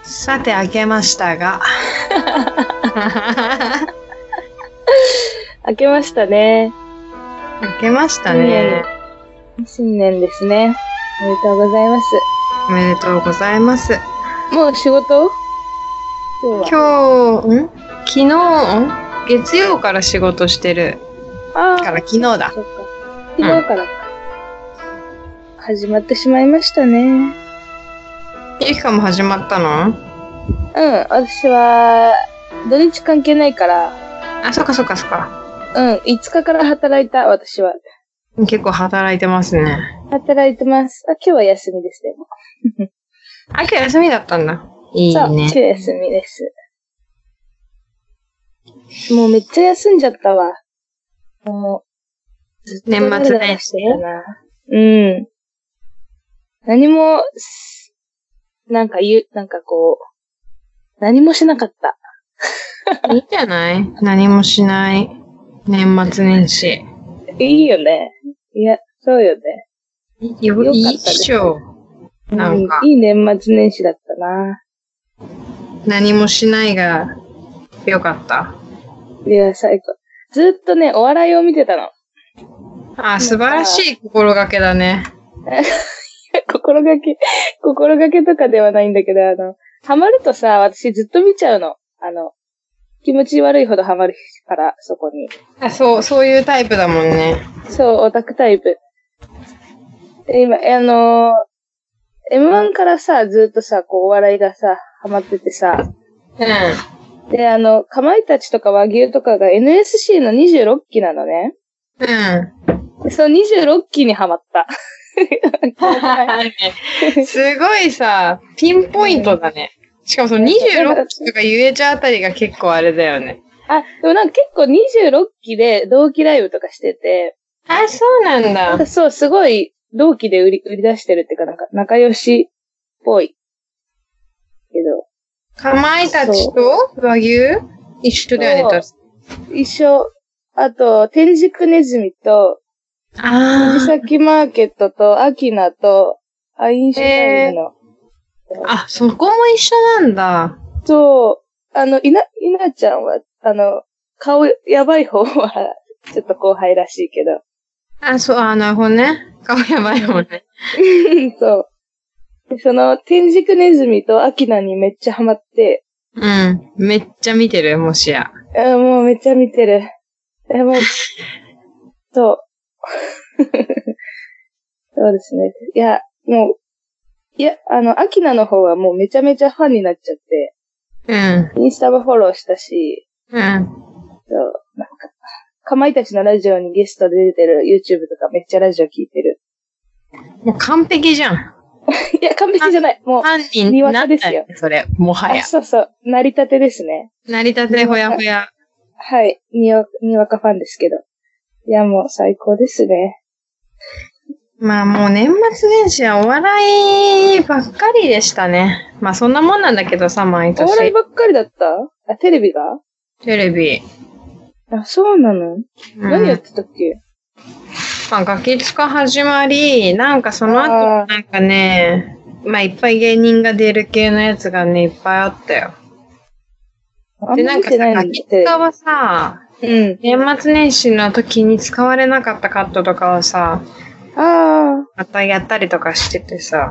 さて、明けましたが。 明けましたね。 明けましたね。 新年ですね。おめでとうございます。 おめでとうございます。 もう仕事今日は。 昨日、月曜から仕事してる。から昨日だ。 そっか。昨日から、始まってしまいましたね。 ゆきかも始まったの？ 私は、土日関係ないから。 あ、そっかそっかそっか。 5日から働いた、私は。 結構働いてますね。 働いてます。今日は休みですね。 今日休みだったんだ。いいね。 そう、今日休みです。もうめっちゃ休んじゃったわ。もう、ずっと年末年始だな。何も、なんか何もしなかった。 いいじゃない？何もしない年末年始。 いいよね。いや、そうよね。 いいっしょ。なんか。 いい年末年始だったな。 何もしないが、よかった。 いや、最高。ずっとね、お笑いを見てたの。 素晴らしい心がけだね。 心がけとかではないんだけど、ハマるとさ、私ずっと見ちゃうの。気持ち悪いほどハマるから、そこに。 そういうタイプだもんね。 そう、オタクタイプ。今、M1 からさ、ずっとさ、お笑いがさ、ハマっててさ。で、かまいたちとか和牛とかが NSC の26期なのね。でその26期にハマった。 すごいさ、ピンポイントだね。しかもその26期とか言えちゃうあたりが結構あれだよね。 でもなんか結構26期で同期ライブとかしてて。 そうなんだ。 そう、すごい同期で売り出してるっていうか、なんか仲良しっぽい。けど。 かまいたちと和牛一緒だよね、 一緒。あと、天竺ネズミと、藤崎マーケットと、アキナと、アインシュタインの。 そこも一緒なんだ。 そう、いなちゃんは、顔やばい方は、ちょっと後輩らしいけど。 なるほどね。顔やばい方ね。 そう。で、その、天竺ネズミとアキナにめっちゃハマって。 めっちゃ見てる、もしや。 もうめっちゃ見てる。もう、そう。そうですね。アキナの方はもうめちゃめちゃファンになっちゃって。インスタもフォローしたし。そう、なんか、かまいたちのラジオにゲストで出てる YouTube とかめっちゃラジオ聞いてる。 もう完璧じゃん。 いや、完璧じゃない。もう、にわかですよ。 それ、もはや。 そうそう。成り立てですね。 成り立てほやほや。 はい。にわかファンですけど。いや、もう最高ですね。 まあもう年末年始はお笑いばっかりでしたね。まあそんなもんなんだけどさ、毎年。 お笑いばっかりだった？テレビが？ テレビ。 そうなの？何やってたっけ？ ガキ使始まり、なんかその後、なんかね、いっぱい芸人が出る系のやつがね、いっぱいあったよ。で、なんかさ、ガキ使はさ、年末年始の時に使われなかったカットとかをさ、またやったりとかしててさ。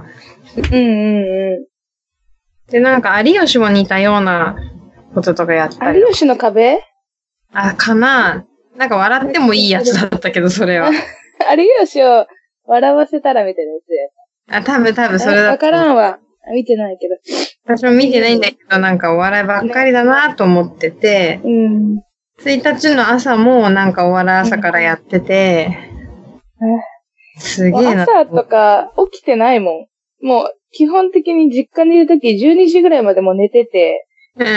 で、なんか有吉も似たようなこととかやったり。 有吉の壁？ かな？なんか笑ってもいいやつだったけど、それは。 有吉を笑わせたらみたいなやつ。 多分それだ。 わからんわ。見てないけど。 私も見てないんだけど、なんかお笑いばっかりだなと思ってて、1日の朝もなんかお笑い朝からやってて、すげえな。 朝とか起きてないもん。もう基本的に実家にいるとき12時ぐらいまでも寝てて、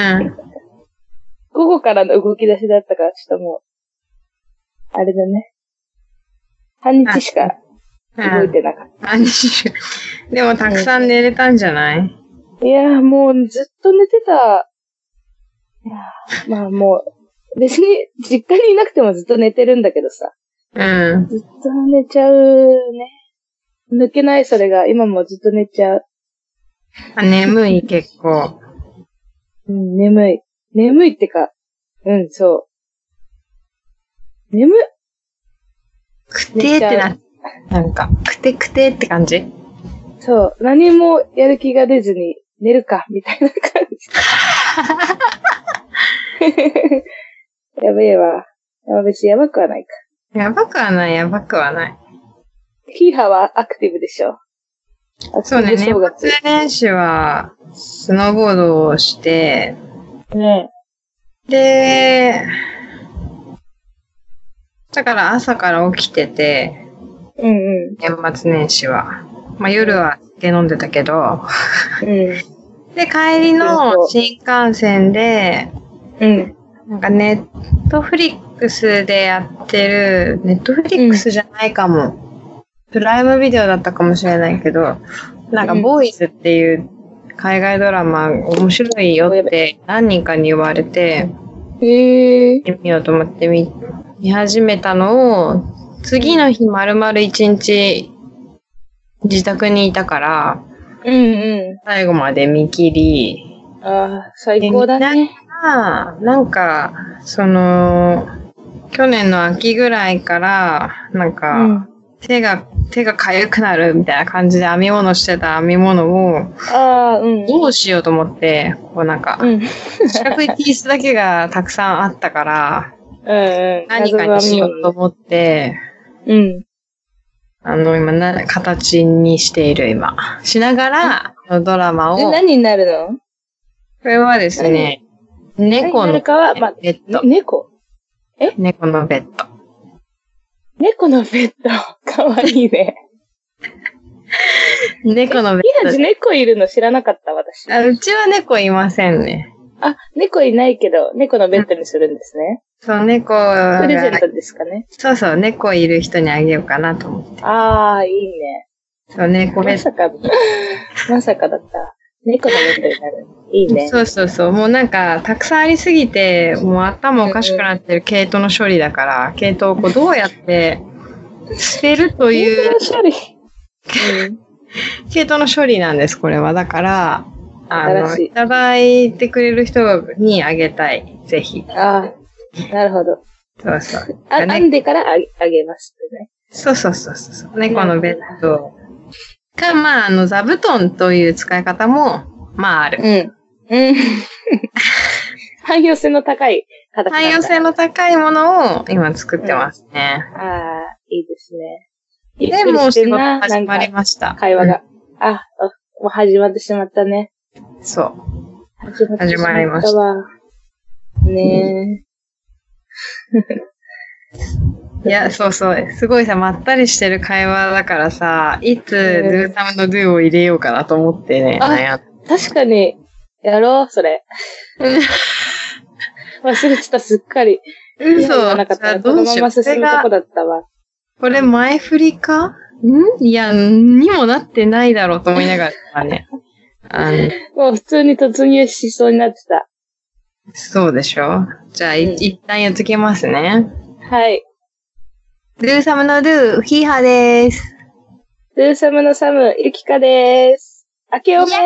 午後からの動き出しだったから、ちょっともう、あれだね。半日しか動いてなかった。 半日しか。でもたくさん寝れたんじゃない？ いや、もうずっと寝てた。いや、まあもう、別に実家にいなくてもずっと寝てるんだけどさ。ずっと寝ちゃうね。抜けない、それが。今もずっと寝ちゃう。 眠い、結構。 うん、眠い。眠いってか、うん、そう。眠い。 くてーってなんか、くてくてって感じ？ そう。何もやる気が出ずに寝るか、みたいな感じ。やべえわ。別にやばくはないか。 やばくはない。 ヒーハーはアクティブでしょ。 そうね、年末年始は、スノーボードをして、 ね。 で、だから朝から起きてて、 うんうん。 年末年始は。まあ夜は酒飲んでたけど、 うん。 で、帰りの新幹線で、 うん。 なんかネットフリックスでやってる、ネットフリックスじゃないかも。プライムビデオだったかもしれないけど、なんかボーイズっていう海外ドラマ面白いよって何人かに言われて、見ようと思って見始めたのを、次の日丸々一日自宅にいたから、 うんうん。 最後まで見切り、 ああ、最高だね。 なんか、去年の秋ぐらいから、なんか、手が痒くなるみたいな感じで編み物してた編み物を、どうしようと思って、こうなんか、四角いピースだけがたくさんあったから、何かにしようと思って、今、形にしている今。しながら、ドラマを。 何になるの？ これはですね、猫のベッド。 猫のベッド。 猫のベッド。かわいいね。 猫のベッド。 猫いるの知らなかった、私。 うちは猫いませんね。 あ、猫いないけど、猫のベッドにするんですね。 そう、猫プレゼントですかね。 そうそう、猫いる人にあげようかなと思って。 ああ、いいね。 そう、猫ベッド。まさかだった。猫のベッドになる。いいね。 そう。もうなんか、たくさんありすぎて、もう頭おかしくなってる毛糸の処理だから、毛糸をこうどうやって捨てるという。 毛糸の処理。 毛糸の処理なんです、これは。だから、いただいてくれる人にあげたい。ぜひ。 ああ、なるほど。 そう。 編んでからあげますね。 そう。猫のベッドか、まあ、座布団という使い方も、まあ、ある。 汎用性の高い形。 汎用性の高いものを今作ってますね。 ああ、いいですね。 で、もう仕事始まりました。 会話が。もう始まってしまったね。 そう。始まりました。 ねいや、そう。すごいさ、まったりしてる会話だからさ、いつ、do some の do を入れようかなと思ってね、悩んで。 確かに、やろう、それ。忘れてた、すっかり。 嘘。 なかったら、このまま進むとこだったわ。 これ前振りか？いや、にもなってないだろうと思いながらね。 もう普通に突入しそうになってた。 そうでしょ？じゃあ、一旦やっときますね。 はい。 do some の do、ヒーハーです。 do some のサム、ゆきかです。明けおめ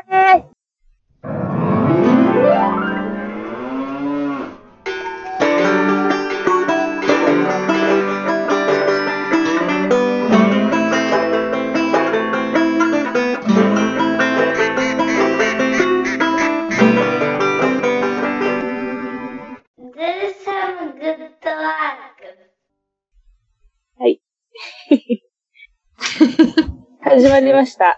はい。始まりました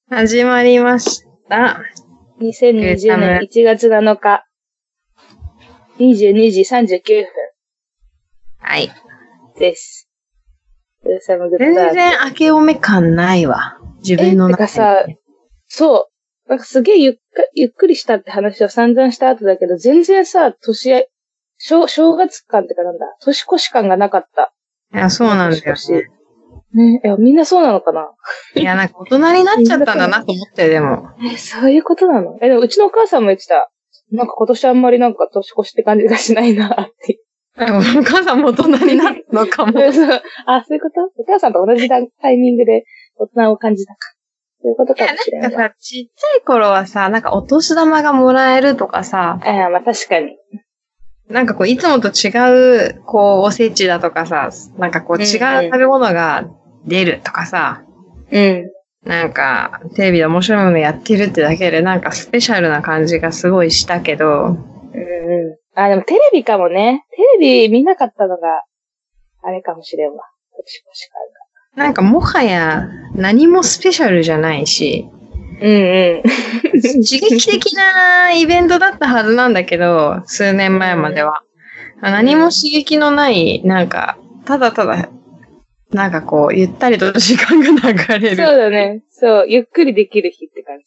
。2020年1月7日。22時39分。 はい。 です。 全然明けおめ感ないわ。自分の中で。 さ、そう。なんかすげえゆっくりしたって話を散々した後だけど、全然さ、正月感ってかなんだ、年越し感がなかった。 いや、そうなんだよね。いや、みんなそうなのかな？ いや、なんか大人になっちゃったんだなと思って、でも。 そういうことなの？でもうちのお母さんも言ってた。なんか今年あんまりなんか年越しって感じがしないなって。 お母さんも大人になるのかも。 そういうこと？お母さんと同じタイミングで大人を感じたか。 そういうことかもしれない。 なんかさ、ちっちゃい頃はさ、なんかお年玉がもらえるとかさ、 まあ確かに。 なんかこう、いつもと違う、こう、おせちだとかさ、なんかこう、違う食べ物が出るとかさ、 うん。 なんか、テレビで面白いものやってるってだけで、なんかスペシャルな感じがすごいしたけど。 でもテレビかもね。テレビ見なかったのが、あれかもしれんわ。 なんかもはや、何もスペシャルじゃないし、刺激的なイベントだったはずなんだけど、数年前までは。何も刺激のない、なんか、ただただ、なんかこう、ゆったりと時間が流れる。 そうだね。そう、ゆっくりできる日って感じ。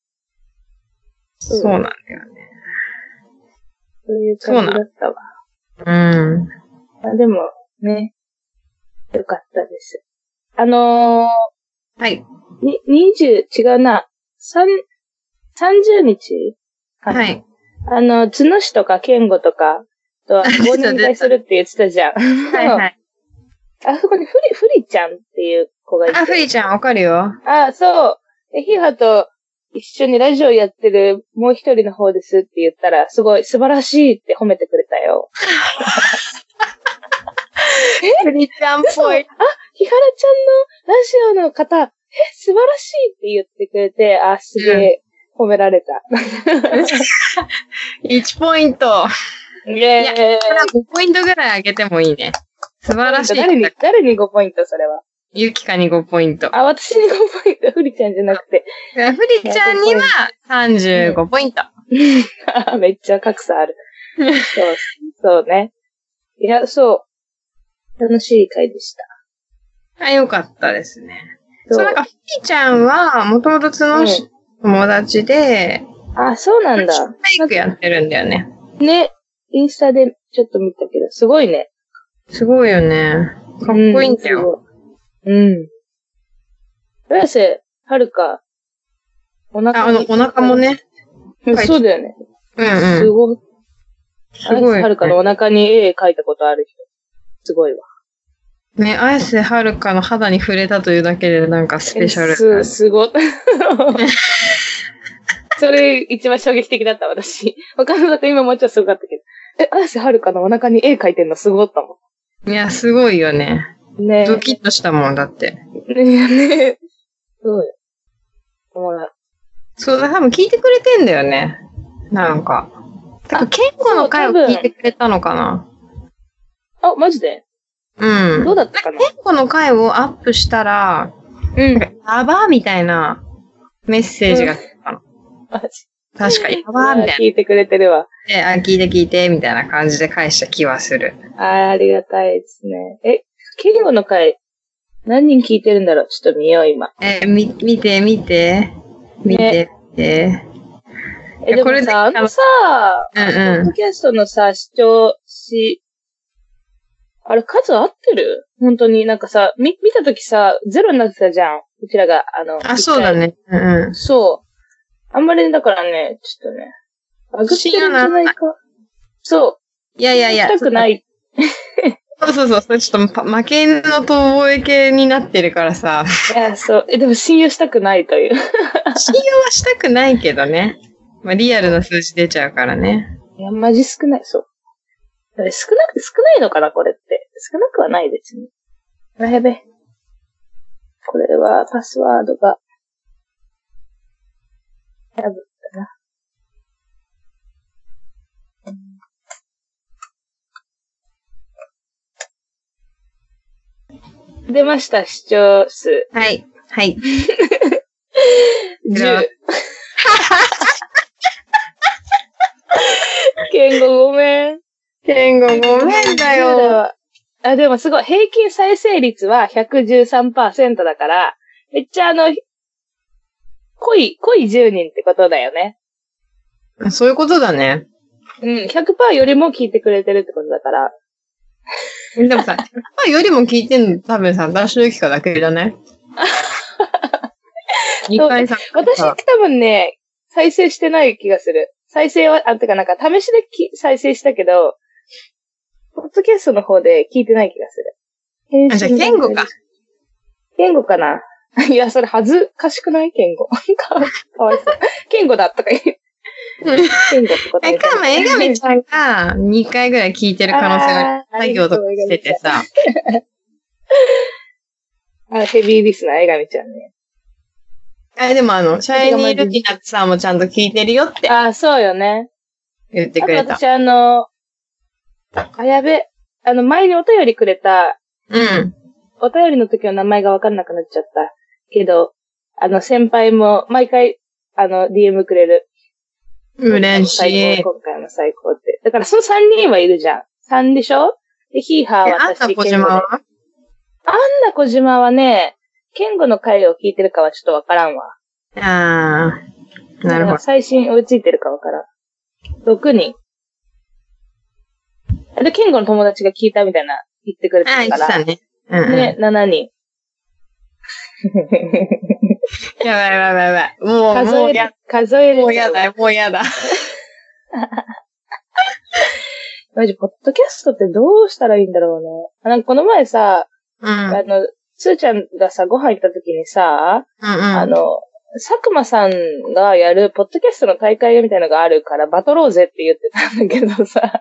そうなんだよね。 そういう感じだったわ。 でも、ね、よかったです。 はい。 違うな。30日はい。 角氏とか健吾とかと忘年会するって言ってたじゃん。 はいはい。 あそこにフリちゃんっていう子がいて。 フリちゃんわかるよ。 そう。ヒハと一緒にラジオやってるもう一人の方ですって言ったら、すごい素晴らしいって褒めてくれたよ。 フリちゃんっぽい。 ヒハラちゃんのラジオの方、素晴らしいって言ってくれて、すげえ褒められた。 1ポイント。いや、5ポイントぐらいあげてもいいね。素晴らしい。 誰に5ポイントそれは。 ゆきかに5ポイント。 私に5ポイント。フリちゃんじゃなくて。 フリちゃんには35ポイント。 めっちゃ格差ある。そうね。いや、そう。楽しい回でした。 よかったですね。なんか、フリちゃんは、もともと角氏友達で、 そうなんだ。 体育やってるんだよね。 ね。インスタでちょっと見たけど、すごいね。 すごいよね。かっこいいんだよ。 浦瀬はるか、お腹もね。 そうだよね。すごい。綾瀬はるかのお腹に絵描いたことある人。すごいわ。 ね、綾瀬はるかの肌に触れたというだけでなんかスペシャル。 すごい。それ一番衝撃的だった私。他のだと今もうちょっとすごかったけど。綾瀬はるかのお腹に絵描いてんのすごかったもん。いや、すごいよね。ねドキッとしたもんだって。 ねそうよ。 そうだ、多分聞いてくれてんだよね。なんか。ケンコの回を聞いてくれたのかな。 マジで？どうだったかな？ ケンコの回をアップしたら、やばーみたいなメッセージが来たの。確かに、やばーみたいな。 聞いてくれてるわ。 聞いて、みたいな感じで返した気はする。 ありがたいですね。ケンコの回、何人聞いてるんだろう？ちょっと見よう、今。 見て。 でもさ、ポッドキャストのさ、あれ数合ってる？本当になんかさ、見たときさ、ゼロになってたじゃん。うちらが、 そうだね。 そう。あんまりだからね、ちょっとね、上がってるんじゃないか。そう。 いや。 したくない。 そう。ちょっと負けの遠吠え系になってるからさ。 いや、そう。でも信用したくないという。 信用はしたくないけどね。リアルな数字出ちゃうからね。 いや、マジ少ない。そう。少ないのかなこれって。少なくはないですね。やべ。これはパスワードが、破ったな。出ました、視聴数。 はい。 10。ケンゴごめんだよ。でもすごい。平均再生率は 113% だから、めっちゃ濃い10人ってことだよね。 そういうことだね。 100% よりも聞いてくれてるってことだから。 でもさ、100% よりも聞いてんの多分さ、私のゆきかだけじゃない2回さ。 私多分ね、再生してない気がする。再生は、てかなんか試しで再生したけど、ポッドキャストの方で聞いてない気がする。 じゃあ、言語か。 言語かな。 いや、それ恥ずかしくないケンゴ。かわいそう。ケンゴだとか言う。ケンゴってことかも、江上ちゃんが2回ぐらい聞いてる可能性が作業とかしててさ。 ヘビーリスナー、江上ちゃんね。 でもシャイニールティナッツさんもちゃんと聞いてるよって。 そうよね。 言ってくれた。 私やべ。前にお便りくれた。 うん。 お便りの時の名前がわかんなくなっちゃった。けど、先輩も毎回、DM くれる。 嬉しい。 今回も最高って。だからその3人はいるじゃん。3でしょで、ヒーハー、私、 アンナ小島はアンナ小島はね、ケンゴの回を聞いてるかはちょっとわからんわ。 なるほど。 最新追いついてるかわからん。6人。で、ケンゴの友達が聞いたみたいな言ってくれてたから。 言ってたね。 ね、7人。 やばい。もう数える。 もうやだ。 マジ、ポッドキャストってどうしたらいいんだろうね。なんかこの前さ、つーちゃんがさ、ご飯行った時にさ、佐久間さんがやるポッドキャストの大会みたいなのがあるからバトろうぜって言ってたんだけどさ。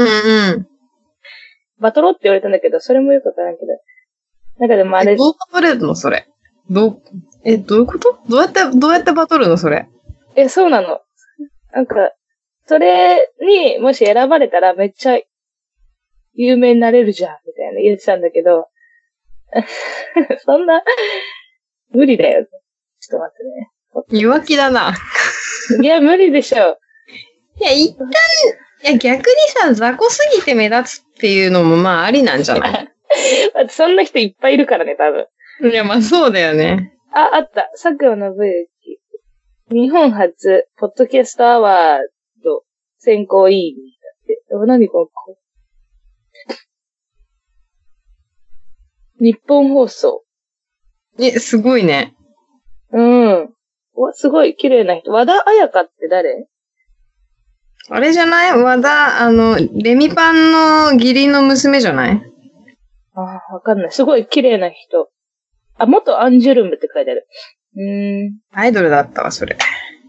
バトろうって言われたんだけど、それもよくわからんけど。なんかでもあれ。 どうバトれるのそれ。どういうことどうやってバトるのそれ。 そうなの。なんか、それにもし選ばれたらめっちゃ有名になれるじゃん、みたいな言ってたんだけど、そんな、無理だよ。ちょっと待ってね。 弱気だな。 いや、無理でしょ。 一旦、逆にさ、雑魚すぎて目立つっていうのもまあありなんじゃないそんな人いっぱいいるからね、多分。 いや、まあそうだよね。 あった。佐久間信之。日本初、ポッドキャストアワード選考委員だって。何この子。日本放送。 すごいね。 すごい綺麗な人。和田彩香って誰？ あれじゃない？和田、レミパンの義理の娘じゃない？ わかんない。すごい綺麗な人。元アンジュルムって書いてある。 アイドルだったわ、それ。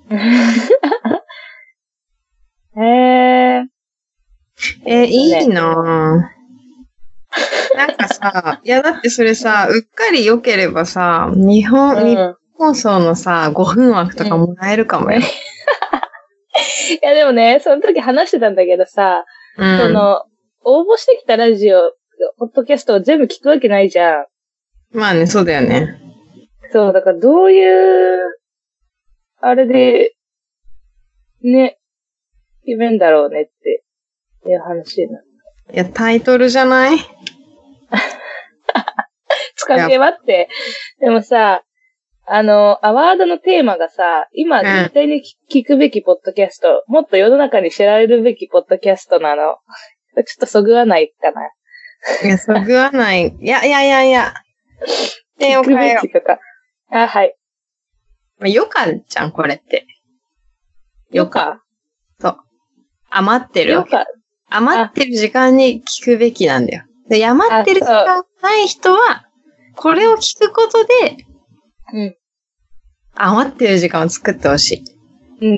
いいなぁ。なんかさ、いやだってそれさ、うっかり良ければさ、日本放送のさ、5分枠とかもらえるかもよ。いやでもね、その時話してたんだけどさ、応募してきたラジオ、ポッドキャストを全部聞くわけないじゃん。 まあね、そうだよね。 そう、だからどういう、あれで、ね、決めんだろうねっていう話になった。 いや、タイトルじゃない？ つかけ待って。でもさ、アワードのテーマがさ、今絶対に聞くべきポッドキャスト、もっと世の中に知られるべきポッドキャストなの。ちょっとそぐわないかな。 いや、そぐわない。いや。 聞くべきとか。はい。 よかじゃん、これって。 よか？ そう。余ってる。 よか。 余ってる時間に聞くべきなんだよ。で、余ってる時間ない人は、これを聞くことで、余ってる時間を作ってほしい。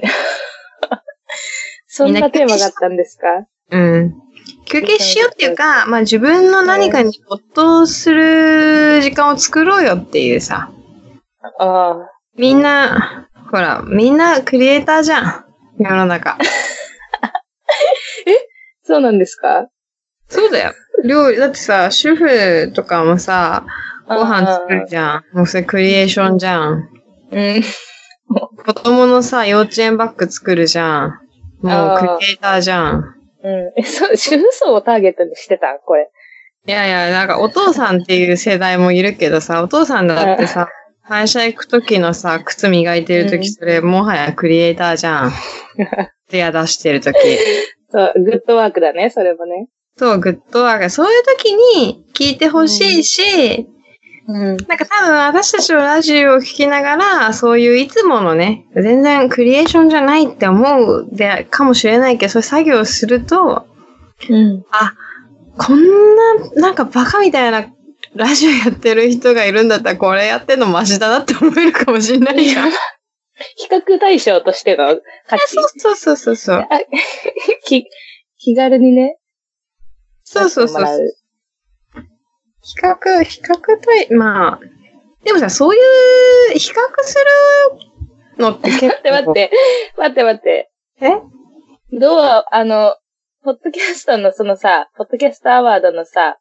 そんなテーマがあったんですか？ 休憩しようっていうか、まあ自分の何かに没頭する時間を作ろうよっていうさ。みんなクリエイターじゃん。世の中。 そうなんですか？ そうだよ。料理、だってさ、主婦とかもさ、ご飯作るじゃん。もうそれクリエーションじゃん。子供のさ、幼稚園バッグ作るじゃん。もうクリエイターじゃん。 主婦層をターゲットにしてたこれ。 いや、なんかお父さんっていう世代もいるけどさ、お父さんだってさ、会社行くときのさ、靴磨いてるとき、それもはやクリエイターじゃん。手屋出してるとき。 そう、グッドワークだね、それもね。 そう、グッドワーク。そういうときに聞いてほしいし、なんか多分私たちのラジオを聞きながら、そういういつものね、全然クリエーションじゃないって思うかもしれないけど、そういう作業をすると、こんな、なんかバカみたいなラジオやってる人がいるんだったらこれやってんのマシだなって思えるかもしれないじゃん。 比較対象としての価値。 そう。 気軽にね。 そう。比較まあ、でもさ、そういう比較するのって結構。 待って。 え？ ポッドキャストのそのさ、ポッドキャストアワードのさ、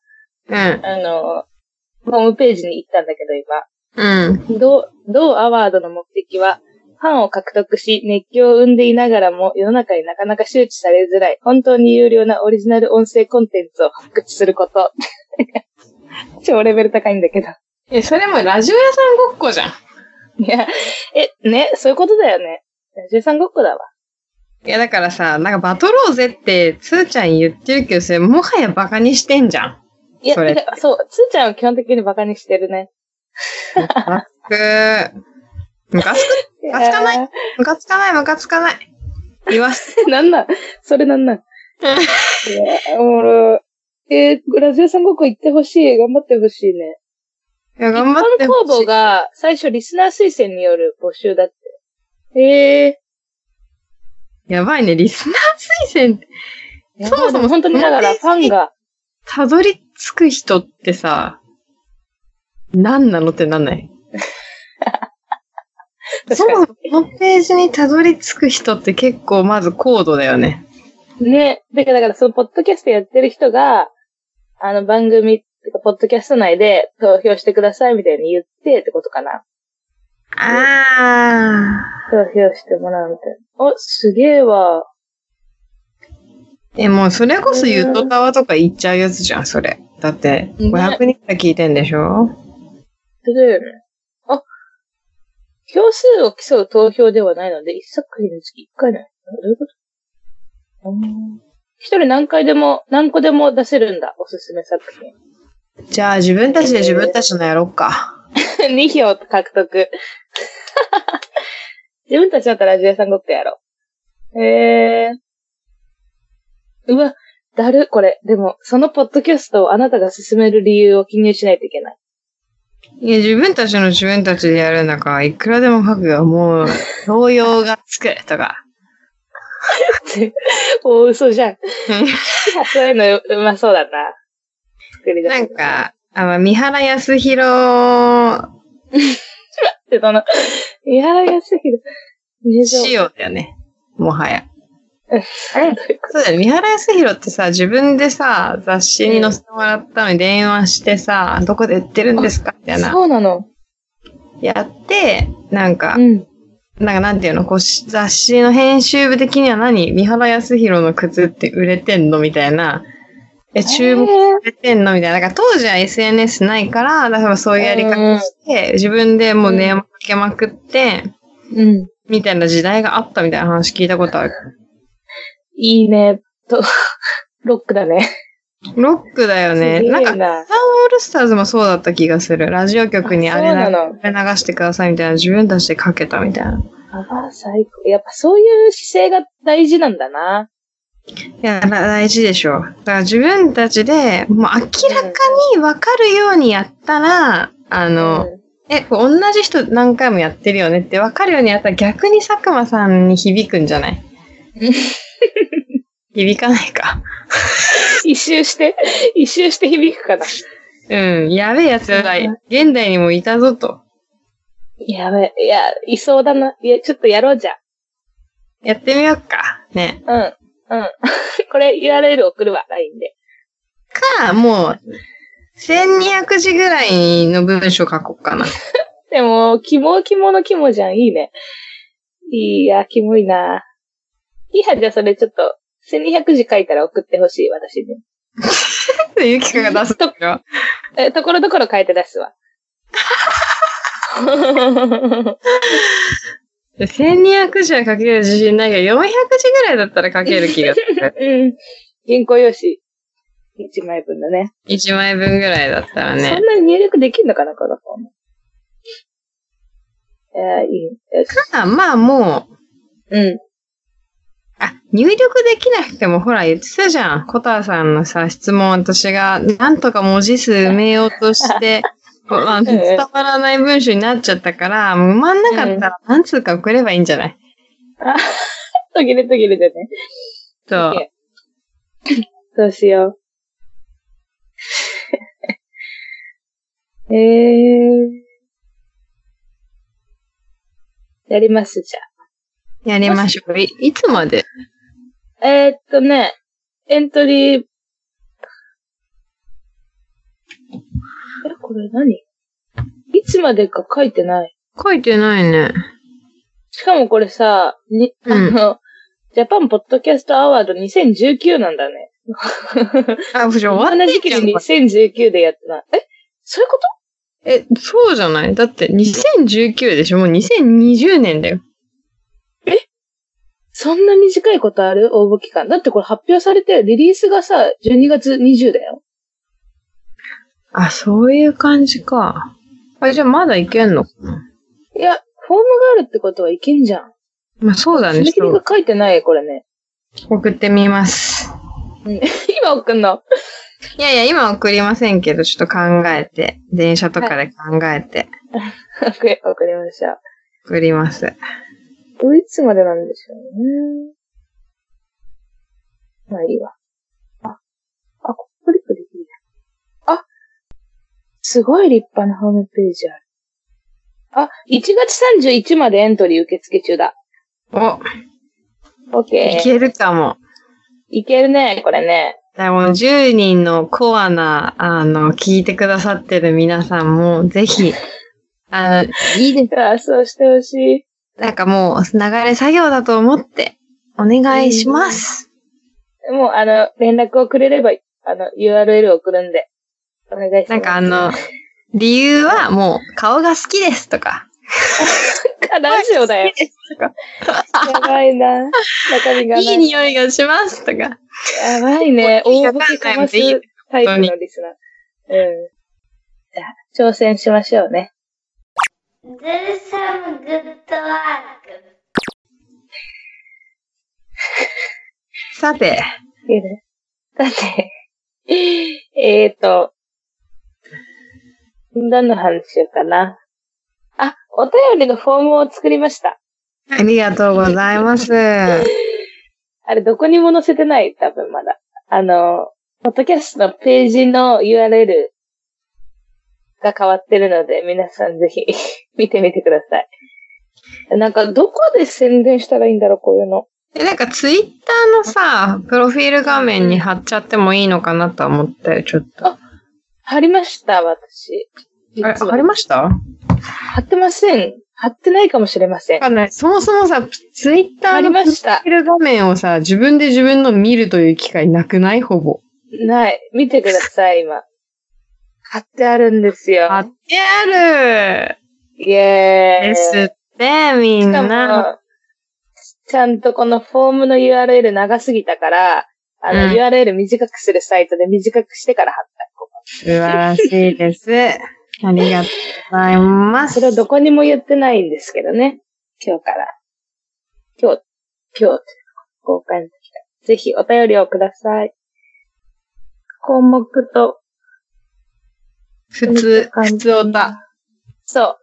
ホームページに行ったんだけど、今。同アワードの目的は、ファンを獲得し、熱狂を生んでいながらも、世の中になかなか周知されづらい、本当に有料なオリジナル音声コンテンツを発掘すること。超レベル高いんだけど。 それもラジオ屋さんごっこじゃん。 いや、ね、そういうことだよね。ラジオ屋さんごっこだわ。 いや、だからさ、なんかバトろうぜって、つーちゃん言ってるけど、それもはやバカにしてんじゃん。 いや、そう、つーちゃんは基本的にバカにしてるね。 ムカつかない。言わせて。 なんなんそれなんなんいや、ラジオさんごっこ行ってほしい。頑張ってほしいね。 いや、頑張ってほしい。一般公募が最初リスナー推薦による募集だって。 やばいね、リスナー推薦って。 そもそも本当にだからファンが。 たどり着く人ってさ、何なのってなんないそもそもこのページにたどり着く人って結構まず高度だよね。 ね。だからそのポッドキャストやってる人が、番組ってかポッドキャスト内で投票してくださいみたいに言ってってことかな。投票してもらうみたいな。すげえわ。 もうそれこそユットタワーとか言っちゃうやつじゃん、それ。だって、500人が聞いてんでしょ？ だよね。票数を競う投票ではないので、一作品につき1回ない。どういうこと？一人何個でも出せるんだ、おすすめ作品。 じゃあ自分たちで自分たちのやろうか。 2票獲得。自分たちだったらラジオ屋さんごっこやろう。うわ、これ。でも、そのポッドキャストをあなたが進める理由を記入しないといけない。 いや、自分たちでやるんだから、いくらでも書くよ。もう、動揺がつくとか。 嘘じゃん。そういうのうまそうだな。作り出す。 なんか、三原康弘三原康弘。 仕様だよね。もはや。そうだよね。三原康弘ってさ、自分でさ、雑誌に載せてもらったのに電話してさ、どこで売ってるんですかみたいな。 そうなの。 やって、なんかなんていうの、雑誌の編集部的には三原康弘の靴って売れてんのみたいな。注目されてんのみたいな。なんか当時は SNS ないから、だからそういうやり方して、自分でもう電話かけまくって、みたいな時代があったみたいな話聞いたことある。 いいね。ロックだね。 ロックだよね。なんか、サンオールスターズもそうだった気がする。ラジオ局にあれ流してくださいみたいな、自分たちでかけたみたいな。 最高。やっぱそういう姿勢が大事なんだな。 いや、大事でしょ。だから自分たちで、もう明らかに分かるようにやったら、同じ人何回もやってるよねって分かるようにやったら逆に佐久間さんに響くんじゃない響かないか。 一周して響くかな。 やべえやつが現代にもいたぞと。 やべえ。いや、いそうだな。いや、ちょっとやろうじゃん。 やってみようか。ね。 これ URL 送るわ、LINE で。 もう、1200字ぐらいの文章書こうかな。 でも、肝の肝じゃん。いいね。いや、キモいな。いいはじゃあそれちょっと、1200字書いたら送ってほしい、私に。 ゆきかが出すところところどころ書いて出すわ。 1200字は書ける自信ないけど、400字ぐらいだったら書ける気がする。 原稿用紙1枚分だね。 1枚分ぐらいだったらね。 そんなに入力できるのかな、この本。いい。 まあもう、 入力できなくてもほら言ってたじゃん。コタさんのさ、質問私がなんとか文字数埋めようとして、伝わらない文章になっちゃったから、埋まんなかったら何通か送ればいいんじゃない？ 途切れでね。 そう。 どうしよう。やります、じゃあ。 やりましょう。いつまで？ エントリー、これ何？いつまでか書いてない。 書いてないね。 しかもこれさ、ジャパンポッドキャストアワード2019なんだね。 終わった時期に2019でやってない。そういうこと？ そうじゃない？だって2019でしょ？もう2020年だよ。 そんな短いことある？応募期間。だってこれ発表されて、リリースがさ、12月20だよ。 あ、そういう感じか。じゃあまだいけんのかな？ いや、フォームがあるってことはいけんじゃん。 まあそうだね。 締め切りが書いてない、これね。 送ってみます。 今送んの？ いや、今送りませんけど、ちょっと考えて。電車とかで考えて。 送りましょう。 送ります。 いつまでなんでしょうね。まあいいわ。ここクリックできる。すごい立派なホームページある。1月31までエントリー受付中だ。オッケー。 いけるかも。 いけるね、これね。 もう10人のコアな、聞いてくださってる皆さんも、ぜひ、いいですか？そうしてほしい。 なんかもう、流れ作業だと思って、お願いします。 もう、連絡をくれれば、URL を送るんで、お願いします。 なんか理由はもう、顔が好きですとか。 ラジオだよ。やばいな。中身がない。 いい匂いがしますとか。 やばいね。大ボケかますタイプのリスナー。じゃあ、挑戦しましょうね。 Do some good work. さて。 どんな話しようかな。お便りのフォームを作りました。 ありがとうございます。 あれ、どこにも載せてない、多分まだ。ポッドキャストのページの URL が変わってるので、皆さんぜひ見てみてください。なんか、どこで宣伝したらいいんだろう、こういうの。 なんか、ツイッターのさ、プロフィール画面に貼っちゃってもいいのかなと思ったよ、ちょっと。 貼りました、私。 貼りました？ 貼ってません。貼ってないかもしれません。 わかんない。そもそもさ、ツイッターのプロフィール画面をさ、自分で自分の見るという機会なくない？ほぼ。 ない。見てください、今。貼ってあるんですよ。 貼ってある！ イエーイ。 ですって、みんな。 ちゃんとこのフォームの URL 長すぎたから、URL 短くするサイトで短くしてから貼った。 素晴らしいです。ありがとうございます。 それはどこにも言ってないんですけどね。今日から。今日、公開の時から。ぜひお便りをください。項目と、 普通おた。 そう。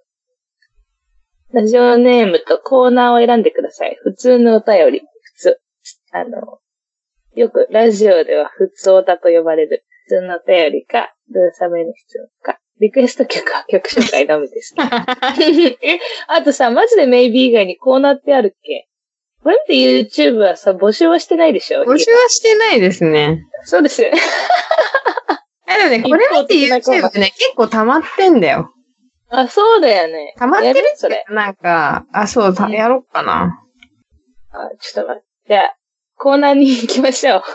ラジオネームとコーナーを選んでください。普通のお便り。普通。よくラジオでは普通おたと呼ばれる普通のお便りか、ドゥーサメの質問か、リクエスト曲は曲紹介のみです。あとさ、マジでメイビー以外にコーナーってあるっけ？これ見て YouTube はさ、募集はしてないでしょ？ 募集はしてないですね。 そうですよね。 でもね、これ見て YouTube ってね、結構溜まってんだよ。 そうだよね。 溜まってるそれ。なんか、そう、やろっかな。 ちょっと待って。じゃあ、コーナーに行きましょう。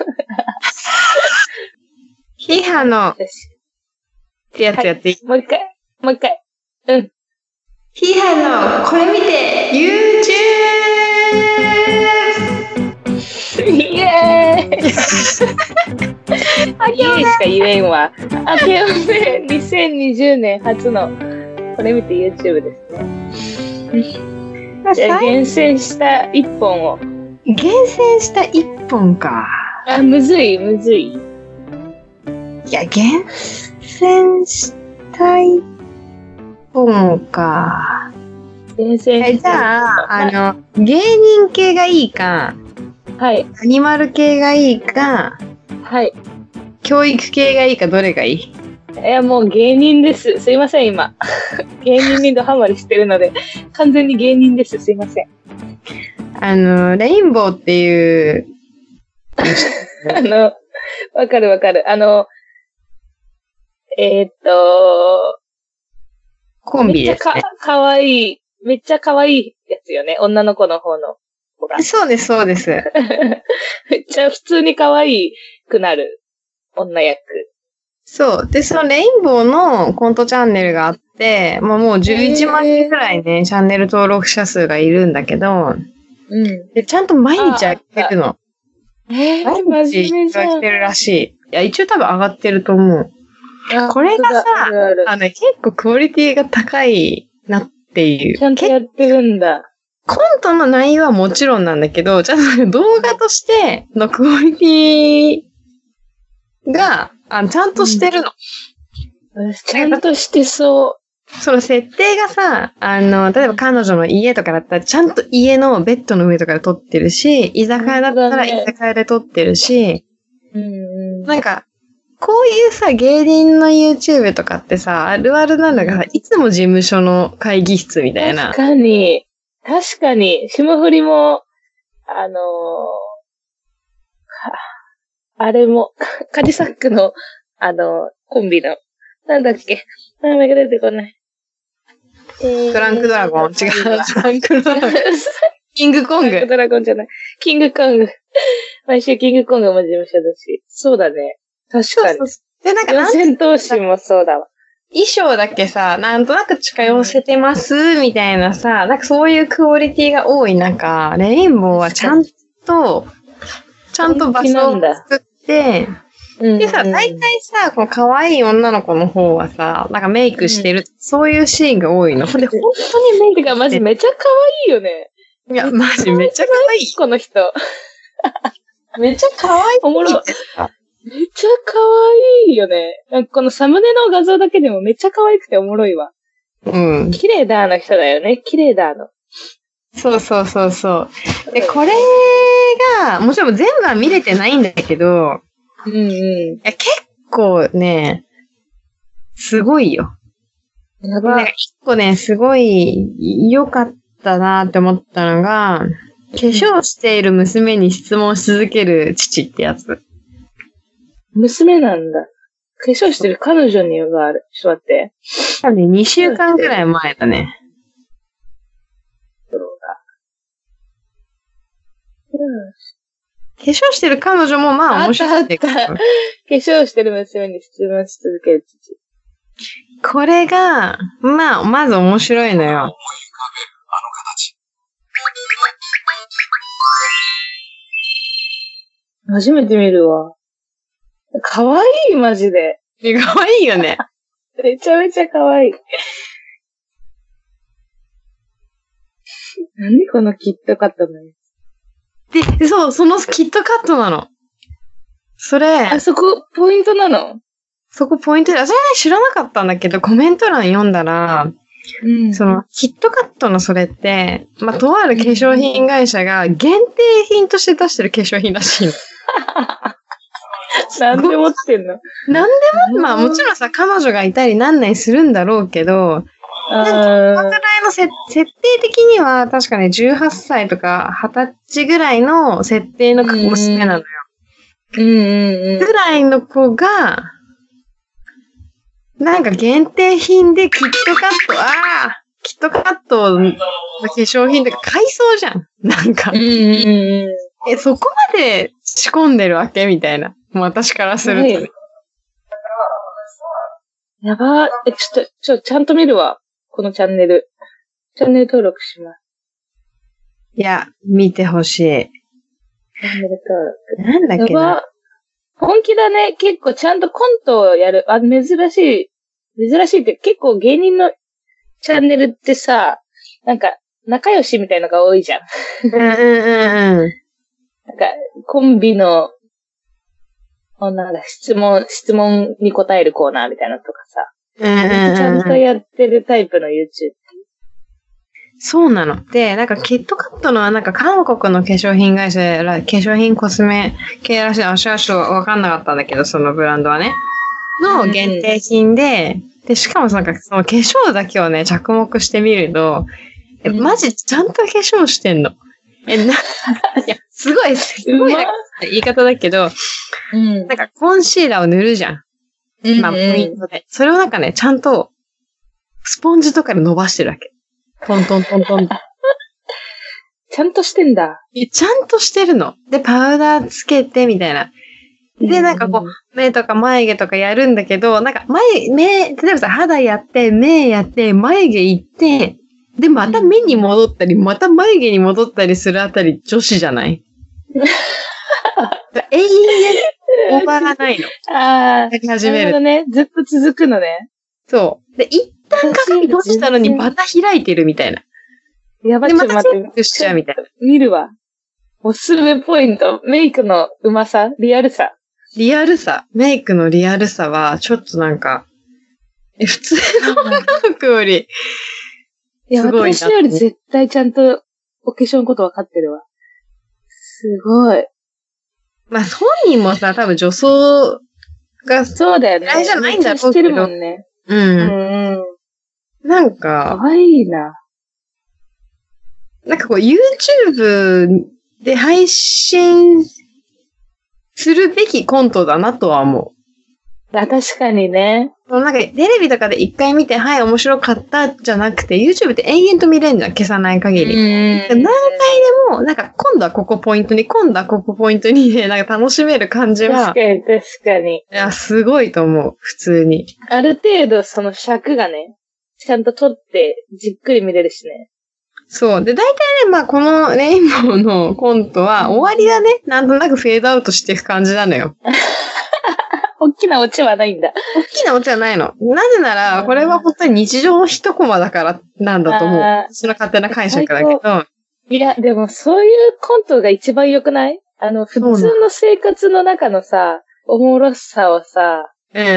ヒハの、ってやつやっていい？ もう一回。うん。 ヒハの、これ見て、YouTube！ イエーイイエーイしか言えんわ。明けおめ2020年初の、これ見て YouTube ですね。じゃあ厳選した一本を厳選した一本か。 あ、むずい。 いや、厳選した一本か。 厳選じゃあ、芸人系がいいか、 はい。 アニマル系がいいか、 はい。 教育系がいいか、どれがいい？ もう芸人です。すいません、今。芸人にドハマりしてるので、完全に芸人です。すいません。 レインボーっていう、 わかる。 コンビですね。 めっちゃかわいい。めっちゃかわいいやつよね。女の子の方の子が。 そうです。 めっちゃ普通にかわいくなる女役。 そう。で、そのレインボーのコントチャンネルがあって、もう11万人くらいね、チャンネル登録者数がいるんだけど、で、ちゃんと毎日上げてるの。毎日上げてるらしい。いや、一応多分上がってると思う。これがさ、結構クオリティが高いなっていう。 ちゃんとやってるんだ。 コントの内容はもちろんなんだけど、ちゃんと動画としてのクオリティが、ちゃんとしてるの。 ちゃんとしてそう。 その設定がさ、例えば彼女の家とかだったら、ちゃんと家のベッドの上とかで撮ってるし、居酒屋だったら居酒屋で撮ってるし、なんか、こういうさ、芸人の YouTube とかってさ、あるあるなのがさ、いつも事務所の会議室みたいな。 確かに、霜降りも、あれも、カジサックの、コンビの、なんだっけ、名前が出てこない。 フランクドラゴン違う。フランクドラゴン。キングコング。 フランクドラゴンじゃない。キングコング。毎週キングコングも事務所だし。そうだね。確かに。 で、なんか戦闘士もそうだわ。 衣装だけさ、なんとなく近寄せてます、みたいなさ、なんかそういうクオリティが多い中、レインボーはちゃんと場所を作って、でさ、大体さ、この可愛い女の子の方はさ、なんかメイクしてる、そういうシーンが多いの。ほんで、本当にメイク。 てか、マジめちゃ可愛いよね。 いや、マジめっちゃ可愛い。 この人。 めっちゃ可愛い。 おもろい。めっちゃ可愛いよね。なんかこのサムネの画像だけでもめっちゃ可愛くておもろいわ。綺麗だの人だよね。綺麗だの。 そう。で、これが、もちろん全部は見れてないんだけど、いや結構ね、すごいよ。 やばい。 結構ね、すごい良かったなって思ったのが、化粧している娘に質問し続ける父ってやつ。 娘なんだ。化粧してる彼女にがある。ちょっと待って。 多分ね、2週間くらい前だね。 そうだ。 化粧してる彼女もまあ面白いんだけど。 化粧してる娘に質問し続ける父。 これが、まず面白いのよ。 初めて見るわ。かわいい、マジで。 かわいいよね。 めちゃめちゃかわいい。なんでこのキットカットのやつ。で、そう、そのキットカットなの。それ。 あそこ、ポイントなの？ そこポイントで、私はね、知らなかったんだけど、コメント欄読んだら、その、キットカットのそれってで、とある化粧品会社が限定品として出してる化粧品らしいの。 なんで持ってんの？ なんでも、もちろんさ、彼女がいたりなんないするんだろうけど、このぐらいの設定的には、確かね、18歳とか20歳ぐらいの設定の娘なのよ。ぐらいの子が、なんか限定品でキットカットの化粧品とか買いそうじゃん。なんか。そこまで仕込んでるわけみたいな。もう私からするとね。 やばー。ちゃんと見るわ。このチャンネル。チャンネル登録します。 いや、見てほしい。 チャンネル登録。なんだっけな。 本気だね。結構ちゃんとコントをやる。珍しいって結構芸人のチャンネルってさ、なんか仲良しみたいのが多いじゃん。 か、コンビの、なんか質問に答えるコーナーみたいなのとかさ。ちゃんとやってるタイプの YouTube。 そうなの。で、なんかキットカットのはなんか韓国の化粧品会社や化粧品コスメ系らしい。私はちょっとわかんなかったんだけど、そのブランドはね。の限定品で、で、しかもなんかその化粧だけをね、着目してみると、マジちゃんと化粧してんの。いや、すごい言い方だけど、なんかコンシーラーを塗るじゃん。まあ、ポイントで。それをなんかね、ちゃんと、スポンジとかで伸ばしてるわけ。トントントントン。 ちゃんとしてんだ。 ちゃんとしてるの。で、パウダーつけて、みたいな。で、なんかこう、目とか眉毛とかやるんだけど、なんか例えばさ、肌やって、目やって、眉毛いって、で、また目に戻ったり、また眉毛に戻ったりするあたり女子じゃない永遠にオーバーがないの。 ああ。始める。なるほどね。ずっと続くのね。 そう。で、一旦鏡閉じたのにまた開いてるみたいな。 やばい、ちょっと待って。 またしちゃうみたいな。 見るわ。おすすめポイント。メイクのうまさ、リアルさ。 メイクのリアルさは、ちょっとなんか、普通の女の子より、 いや、私より絶対ちゃんとお化粧のこと分かってるわ。すごい。 まあ、本人もさ、多分女装が、 そうだよね。 嫌いじゃないんだろうけど。 してるもんね。 なんか、 かわいいな。 なんかこう、YouTube で配信するべきコントだなとは思う。 確かにね。 なんか、テレビとかで一回見て、はい、面白かったじゃなくて、YouTube って延々と見れんじゃん、消さない限り。何回でも、なんか、今度はここポイントに、今度はここポイントにね、なんか楽しめる感じは。 確かに。 いや、すごいと思う、普通に。 ある程度、その尺がね、ちゃんと取って、じっくり見れるしね。 そう。で、大体ね、まあ、このレインボーのコントは、終わりだね。なんとなくフェードアウトしていく感じなのよ。 大きなオチはないんだ。 大きなオチはないの。なぜなら、これは本当に日常の一コマだからなんだと思う。私の勝手な解釈だけど。 いや、でもそういうコントが一番良くない？普通の生活の中のさ、おもろさをさ、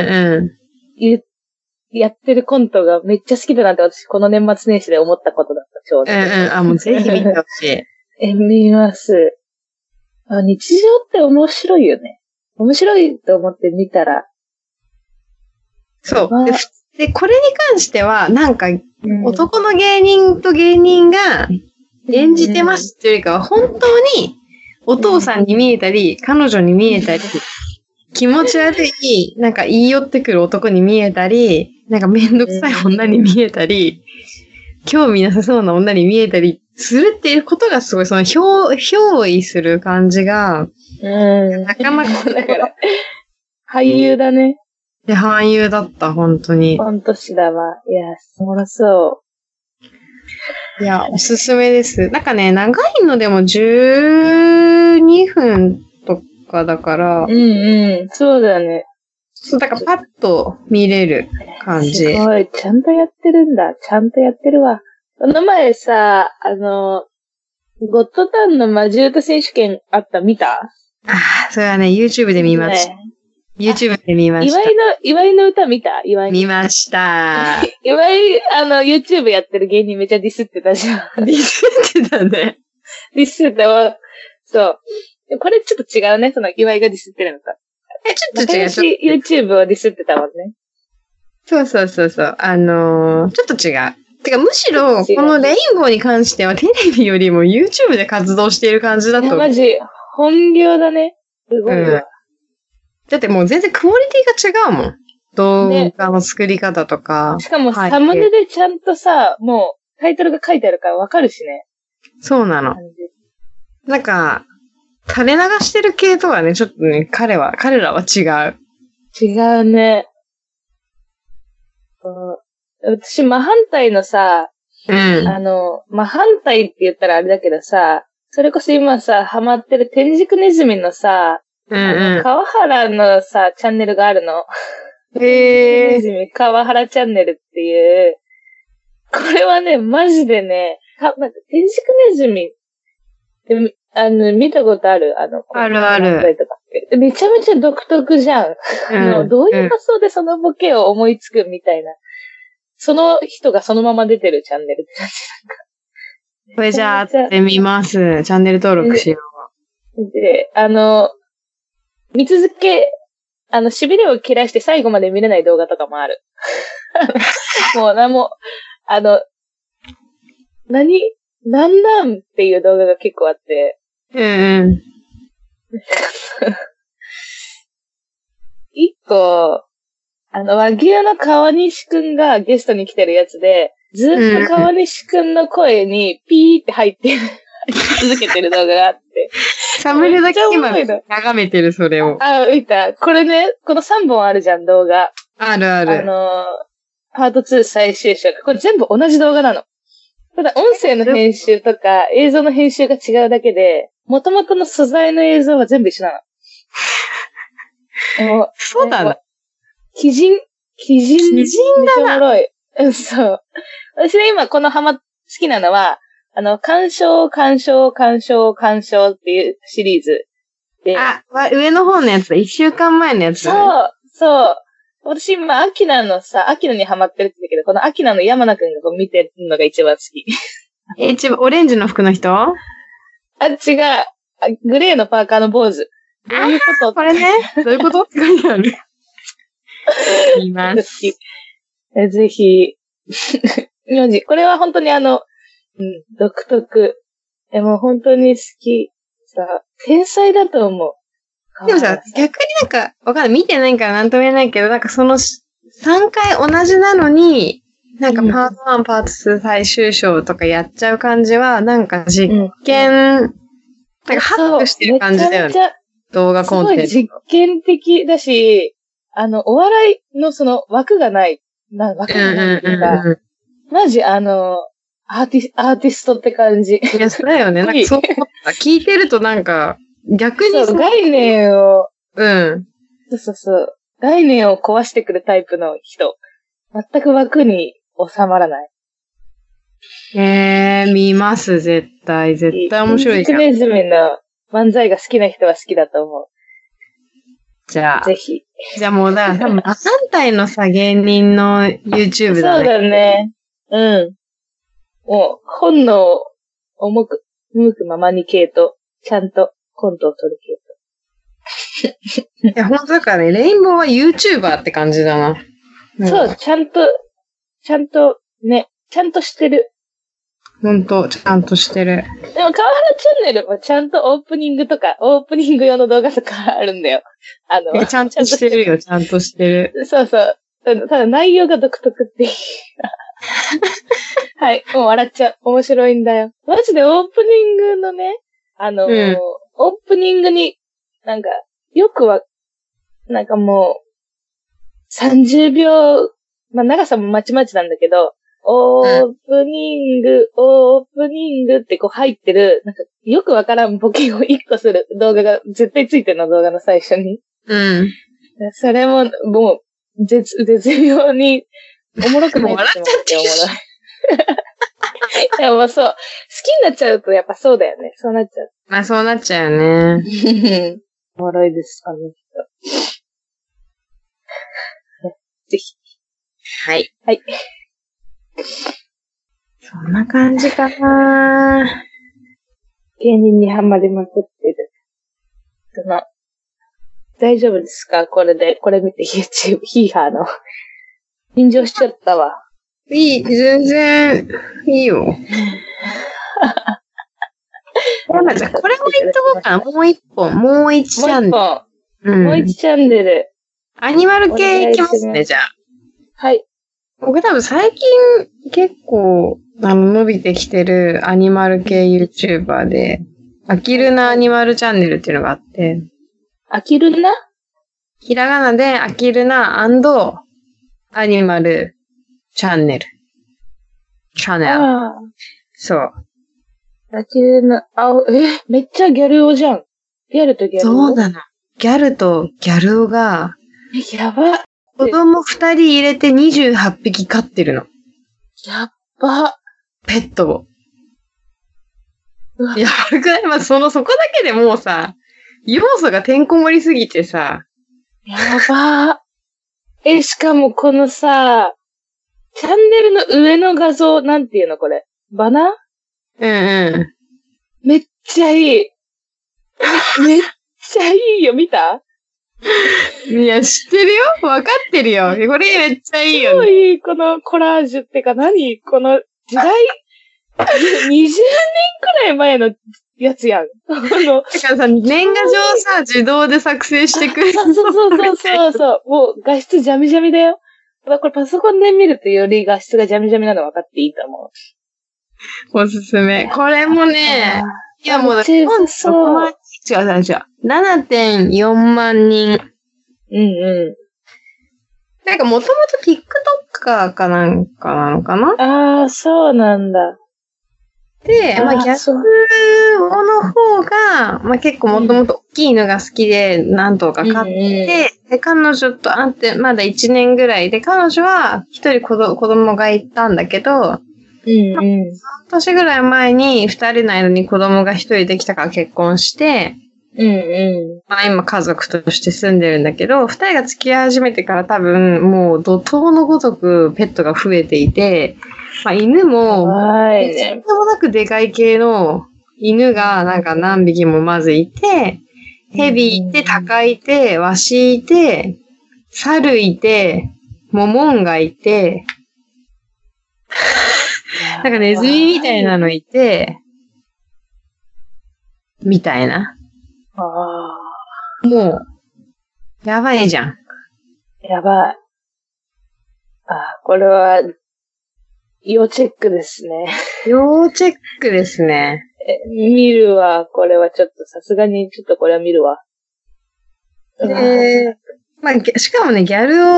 やってるコントがめっちゃ好きだなって私、この年末年始で思ったことだった、ちょうど。 もうぜひ見てほしい。 見ます。日常って面白いよね。面白いと思って見たら。 そう。で、これに関しては、なんか、男の芸人と芸人が演じてますっていうよりかは、本当にお父さんに見えたり、彼女に見えたり、気持ち悪い、なんか言い寄ってくる男に見えたり、なんかめんどくさい女に見えたり、興味なさそうな女に見えたりするっていうことがすごい、その憑依する感じが、なかなか、 だから、俳優だね。 で、俳優だった、本当に。 本当しだわ。いや、おもろそう。 いや、おすすめです。なんかね、長いのでも12分とかだから。 そうだね。 そう、だからパッと見れる感じ。 すごい、ちゃんとやってるんだ。ちゃんとやってるわ。この前さ、ゴッドタンのマジ歌選手権あった、見た？ それはね、YouTube で見ました。YouTube で見ました。 岩井の歌見た？ 見ました。 岩井、YouTube やってる芸人めっちゃディスってたじゃん。 ディスってたね。 ディスってた。そう。これちょっと違うね、その岩井がディスってるのか。 ちょっと違う。 YouTube をディスってたもんね。 そう。ちょっと違う。てか、むしろ、このレインボーに関してはテレビよりも YouTube で活動している感じだと。 マジ、本業だね。すごいわ。 だってもう全然クオリティが違うもん。動画の作り方とか。 しかもサムネでちゃんとさ、もうタイトルが書いてあるからわかるしね。 そうなの。なんか、垂れ流してる系とはね、ちょっとね、彼らは違う。 違うね。私、真反対のさ、真反対って言ったらあれだけどさ、それこそ今さ、ハマってる天竺ネズミのさ、川原のさ、チャンネルがあるの。ネズミ川原チャンネルっていう、これはね、マジでね、なんか天竺ネズミ、 見たことあるあるある。 めちゃめちゃ独特じゃん。どういう発想でそのボケを思いつくみたいな。その人がそのまま出てるチャンネルって感じなんか。 これじゃあ、会ってみます。チャンネル登録しよう。で、見続け、痺れを切らして最後まで見れない動画とかもある。もうなんなんっていう動画が結構あって。一個、和牛の川西くんがゲストに来てるやつで、ずっと川西くんの声にピーって入って続けてる動画があって。 サムネだけ今眺めてる、それを。 見た。これね、この3本あるじゃん、動画。 あるある。 パート2最終章。これ全部同じ動画なの。ただ、音声の編集とか映像の編集が違うだけで、元々の素材の映像は全部一緒なの。 そうだな。 鬼人だな。おもろい。そう。私ね、今この好きなのは、鑑賞っていうシリーズで。 上の方のやつだ。1週間前のやつだ、ね。 そう。私今、アキナにハマってるって言うけど、このアキナの山名くんが見てるのが一番好き。 一番、オレンジの服の人？ 違う。グレーのパーカーの坊主。どういうこと？ これね。どういうことって書いてある。言います。 ぜひ。これは本当に独特。もう本当に好き。天才だと思う。 でもさ、逆になんか、わかんない。見てないからなんとも言えないけど、なんかその3回同じなのに、なんかパート1、パート2最終章とかやっちゃう感じは、なんか実験、なんかハックしてる感じだよね。動画コンテンツ。 すごい実験的だし、お笑いのその枠がない。枠がないっていうか、マジアーティストって感じ。 いや、そうだよね。なんかそう思った。聞いてるとなんか、逆にそう、概念を、 そう。 概念を壊してくるタイプの人。全く枠に収まらない。 見ます、絶対面白いじゃん。 キネズミの漫才が好きな人は好きだと思う。 じゃあ。 ぜひ。 じゃあもう多分、反対のさ、芸人の YouTube だね。 そうだね。もう、本能を向くままに系と、ちゃんとコントを取る系と。いや、ほんとだからね、レインボーは YouTuber って感じだな。 そう、ちゃんとね、ちゃんとしてる。 ほんと、ちゃんとしてる。 でも、川原チャンネルもちゃんとオープニング用の動画とかあるんだよ。 ちゃんとしてるよ、ちゃんとしてる。 そうそう。ただ内容が独特っていう。はい、もう笑っちゃう。面白いんだよ。マジでオープニングのね、オープニングに、なんか、なんかもう、30秒、長さもまちまちなんだけど、オープニングってこう入ってる、なんか、よくわからんボケを1個する動画が絶対ついてるの、動画の最初に。それも、もう、絶妙に、おもろくないって思っておもろい。でもそう、好きになっちゃうとやっぱそうだよね。そうなっちゃう。 そうなっちゃうよね。 おもろいです、あの人。ぜひ。 はい。 はい。 そんな感じかな。 芸人にハマりまくってる。大丈夫ですか？これ見て YouTube、ヒーハーの。緊張しちゃったわ。 全然、いいよ。じゃあこれも言っとこうかな。もう一本。もう一チャンネル。 もう一チャンネル。 アニマル系いきますね、じゃあ。 はい。 僕多分最近結構伸びてきてるアニマル系 YouTuber で、アキルナアニマルチャンネルっていうのがあって。 アキルナ？ ひらがなでアキルナ&アニマルチャンネル。そう。 アキルナ、めっちゃギャル男じゃん。ギャルとギャル男。 そうなの。ギャルとギャル男が、 やば。 子供2人入れて28匹飼ってるの。 やっば。 ペットを。 やばくない？まあ、そこだけでもうさ、要素がてんこ盛りすぎてさ。 やばー。しかもこのさ、チャンネルの上の画像、なんていうのこれ。バナー？うんうん。 めっちゃいい。めっちゃいいよ、見た？ いや、知ってるよ？わかってるよ。これめっちゃいいよ、ね。 すごい、このコラージュってか何この時代、20年くらい前のやつやん。 だからさ、年賀状さ、自動で作成してくれる。 そう。もう画質ジャミジャミだよ。これパソコンで見るとより画質がジャミジャミなの分かっていいと思う。おすすめ。これもね、いやもう、 そう。 違う。7.4 万人。なんかもともと TikToker かなんかなのかな？ そうなんだ。 で、まあ、ギャルの方が、まあ、結構もともと大きいのが好きで何頭か飼って、で、彼女と会ってまだ1年ぐらいで、彼女は一人子供がいたんだけど、3年ぐらい前に2人の間に子供が1人できたから結婚して、まあ今家族として住んでるんだけど、2人が付き合い始めてから多分もう怒涛のごとくペットが増えていて、まあ犬も、とんでもなくでかい系の犬がなんか何匹もまずいて、ヘビいて、タカいて、ワシいて、猿いて、モモンガいて、なんかネズミみたいなのいて、みたいな。もう、やばいじゃん。 やばい。これは、要チェックですね。 要チェックですね。 見るわ。これはちょっと、さすがにちょっとこれは見るわ。 まあ、しかもね、ギャル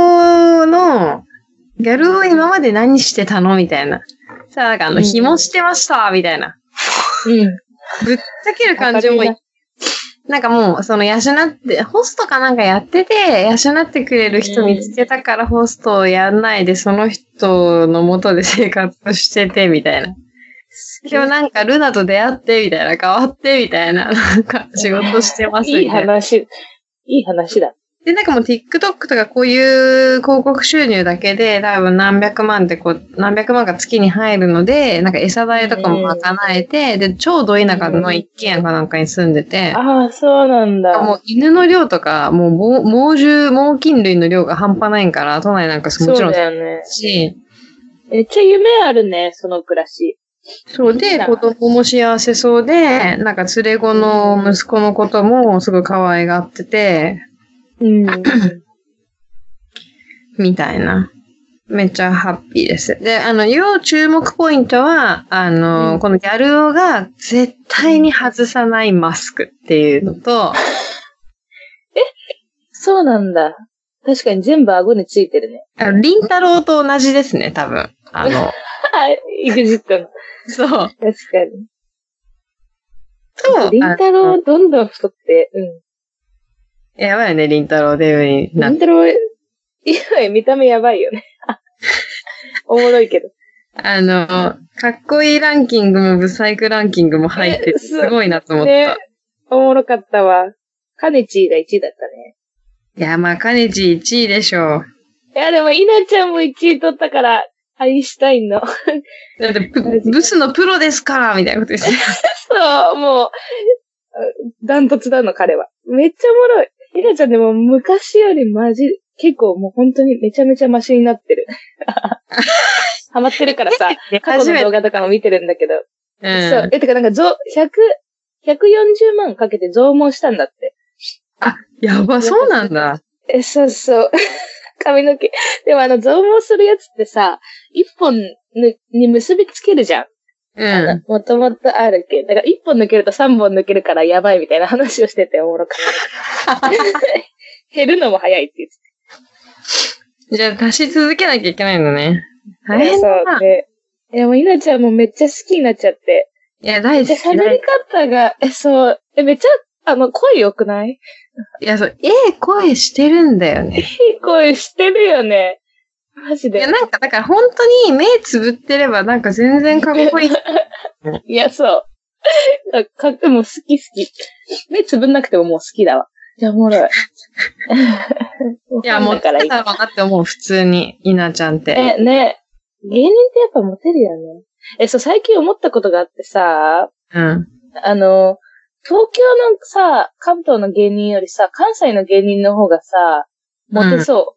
男今まで何してたのみたいな。さあ、なんか紐してましたみたいな。ぶっちゃける感じもいい。なんかもう、養って、ホストかなんかやってて、養ってくれる人見つけたからホストをやんないで、その人の元で生活してて、みたいな。でもなんか、ルナと出会って、みたいな、変わって、みたいな、なんか、仕事してますみたいな。 いい話だ。 で、なんかもう TikTok とかこういう広告収入だけで多分何百万が月に入るので、なんか餌代とかも賄えて、で、超ど田舎の一軒家かなんかに住んでて。 そうなんだ。 もう犬の量とか、もう猛禽類の量が半端ないんから、都内なんかもちろん。 そうだよね。めっちゃ夢あるね、その暮らし。 そうで、子供も幸せそうで、なんか連れ子の息子のこともすごい可愛がってて、みたいな。めっちゃハッピーです。で、要注目ポイントは、このギャル男が絶対に外さないマスクっていうのと、 そうなんだ。確かに全部顎についてるね。 リンタロウと同じですね、多分。 EXIT の。 そう。 確かに。リンタロウどんどん太って、 やばいよね、リンタロウデブになって。 リンタロウ、今見た目やばいよね。おもろいけど。 かっこいいランキングもブサイクランキングも入ってて、すごいなと思った。 ね、おもろかったわ。カネチーが1位だったね。 いや、まあ、カネチー1位でしょう。 いや、でも、イナちゃんも1位取ったから、アインシュタインの。 だって、ブスのプロですから、みたいなことですね。 そう、もう、ダントツだの、彼は。めっちゃおもろい。イナちゃんでも昔より結構もう本当にめちゃめちゃマシになってる。ハマってるからさ、過去の動画とかも見てるんだけど。そう。てかなんか140万かけて増毛したんだって。 やばそうなんだ。 そう。髪の毛。でも増毛するやつってさ、一本に結びつけるじゃん。もともとあるけど、だから一本抜けると三本抜けるからやばいみたいな話をしてておもろかった。減るのも早いって言って。 じゃあ足し続けなきゃいけないのね。 大変だな。でも、イナちゃんもめっちゃ好きになっちゃって。 いや、大好き。 喋り方が、めっちゃ、声良くない？ いや、声してるんだよね。 いい声してるよね。マジで。 いや、なんか、だから本当に目つぶってればなんか全然かっこいい。 いや、そう。 もう好き。目つぶんなくてももう好きだわ。いや、おもろい。 いや、もうだからなって思う、普通に、稲ちゃんって。 ね。芸人ってやっぱモテるよね。最近思ったことがあってさ、 うん。 東京のさ、関東の芸人よりさ、関西の芸人の方がさ、モテそう。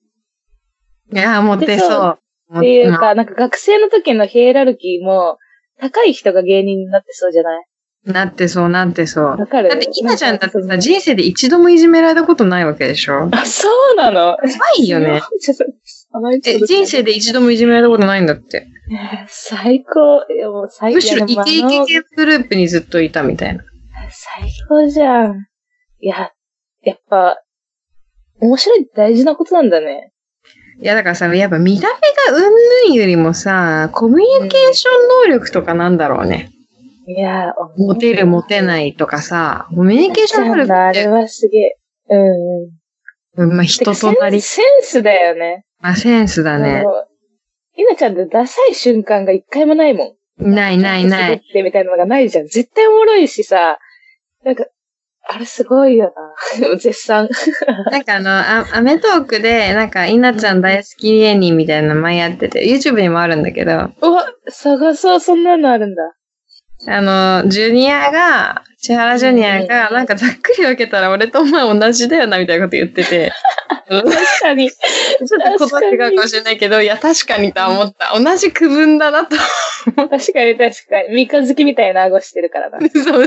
いや、モテそう。 っていうか、なんか学生の時のヒエラルキーも、高い人が芸人になってそうじゃない？ なってそう。 わかる？ だって、稲ちゃんだってさ、人生で一度もいじめられたことないわけでしょ？ あ、そうなの？ ないよね。人生で一度もいじめられたことないんだって。 最高。いや、もう最高。 むしろイケイケ系グループにずっといたみたいな。 最高じゃん。いや、やっぱ、面白いって大事なことなんだね。 いや、だからさ、やっぱ見た目がうんぬんよりもさ、コミュニケーション能力とかなんだろうね。 いや、 モテるモテないとかさ、コミュニケーション能力って。 あれはすげえ。 まあ、人となり。 センスだよね。 まあ、センスだね。 稲ちゃんってダサい瞬間が一回もないもん。 ない。 ってみたいなのがないじゃん。絶対おもろいしさ、なんか、あれすごいよな。絶賛。 なんかアメトークで、なんか、稲ちゃん大好き芸人みたいなの前やってて、YouTube にもあるんだけど。 うわ、探そう、そんなのあるんだ。 千原ジュニアが、なんかざっくり分けたら俺とお前同じだよな、みたいなこと言ってて。 確かに。ちょっと言葉違うかもしれないけど、いや、確かにと思った。同じ区分だなと。 確かに。三日月みたいな顎してるからな。 そう。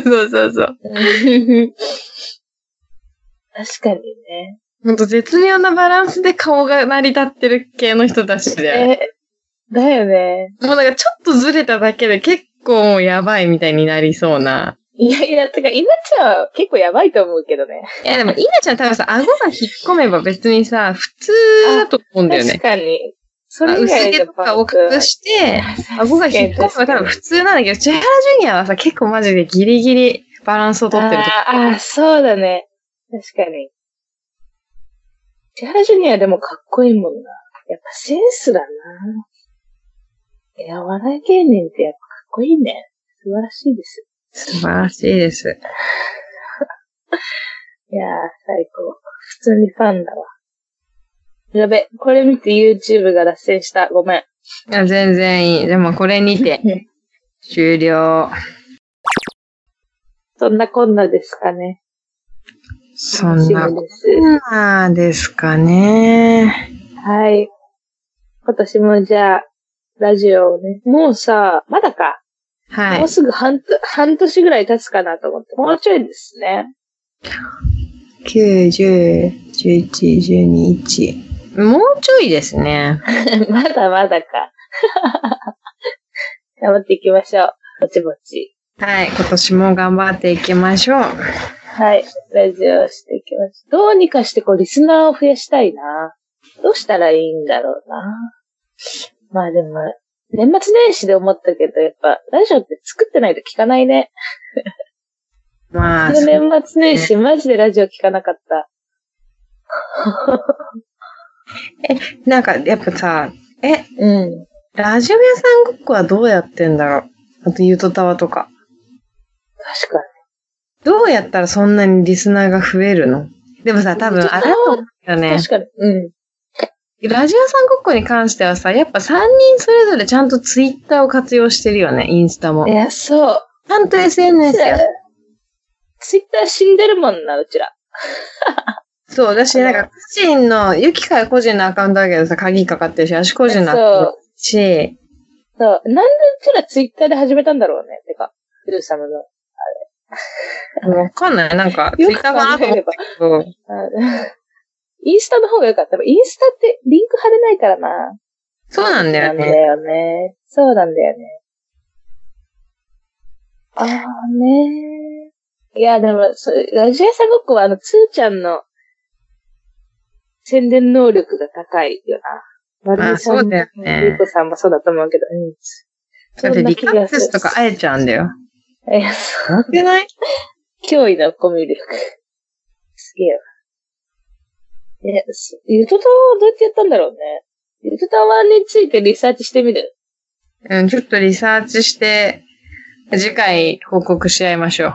確かにね。 ほんと絶妙なバランスで顔が成り立ってる系の人たちで。 だよね。 もうなんかちょっとずれただけで結構もうやばいみたいになりそうな。 いや、てか、稲ちゃんは結構やばいと思うけどね。 いや、でも稲ちゃん多分さ、顎が引っ込めば別にさ、普通だと思うんだよね。 確かに。それ以外薄毛とかを隠して、顎が引っ込めば多分普通なんだけど、千原ジュニアはさ、結構マジでギリギリバランスをとってると。 そうだね。確かに。千原ジュニアでもかっこいいもんな。やっぱセンスだな。いや、笑い芸人ってやっぱかっこいいね。素晴らしいです。 素晴らしいです。 いやー、最高。普通にファンだわ。やべ、これ見て YouTube が脱線した。ごめん。 いや、全然いい。でもこれにて、終了。 そんなこんなですかね。 そんなこんなですかね。 はい。今年もじゃあ、ラジオをね、もうさ、まだか。 はい。 もうすぐ半年ぐらい経つかなと思って。もうちょいですね。 9、10、11、12、1。もうちょいですね。 まだまだか。頑張っていきましょう。ぼちぼち。 はい。今年も頑張っていきましょう。 はい。ラジオをしていきましょう。どうにかしてリスナーを増やしたいな。どうしたらいいんだろうな。まあでも、年末年始で思ったけど、やっぱ、ラジオって作ってないと聞かないね。 まあ。 年末年始、マジでラジオ聞かなかった。 なんか、やっぱさ、 うん。 ラジオ屋さんごっこはどうやってんだろう。あと、ゆとたわとか。 確かに。 どうやったらそんなにリスナーが増えるの？でもさ、多分、あれだと思うよね。 確かに。うん。 ラジオ屋さんごっこに関してはさ、やっぱ3人それぞれちゃんとツイッターを活用してるよね、インスタも。 いや、そう。 ちゃんと SNS や。 ツイッター死んでるもんな、うちら。 そう、私なんか個人の、ゆきか個人のアカウントだけどさ、鍵かかってるし、私個人のアカウントし。 そう。なんでうちらツイッターで始めたんだろうね。てか、フルーサムの、あれ。わかんない。なんか、ツイッターかなと思ったけど。 インスタの方がよかった。インスタってリンク貼れないからな。 そうなんだよね。 そうなんだよね。ああね。いや、でも、ラジオ屋さんごっこはつーちゃんの宣伝能力が高いよな。 まあ、そうだよね。 ゆうこさんもそうだと思うけど。 だってリカックスとか会えちゃうんだよ。 そう。 いけない？ 驚異のコミュ力。すげえわ。ゆとたわはどうやってやったんだろうね。ゆとたわについてリサーチしてみる？ ちょっとリサーチして、 次回報告し合いましょう。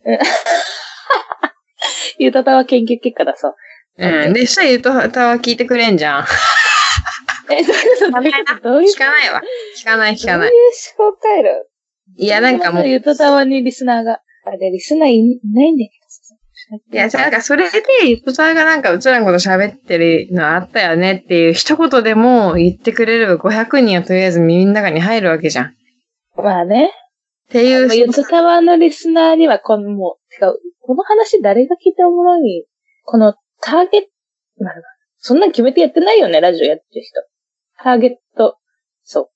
ゆとたわ研究結果だそう。 うん。で、したらゆとたわ聞いてくれんじゃん。 どういうこと聞かないわ。聞かない。 どういう思考回路？ いや、なんかもう。 ゆとたわにリスナーが。あれ、リスナーいないんだけどさ。 いや、なんかそれで、ゆとたわがなんかうちらのこと喋ってるのあったよねっていう一言でも言ってくれれば500人はとりあえず耳の中に入るわけじゃん。 まあね。 っていう。 ゆとたわのリスナーにはこの話誰が聞いておもろい？このターゲット、そんなん決めてやってないよね、ラジオやってる人。ターゲット、そう。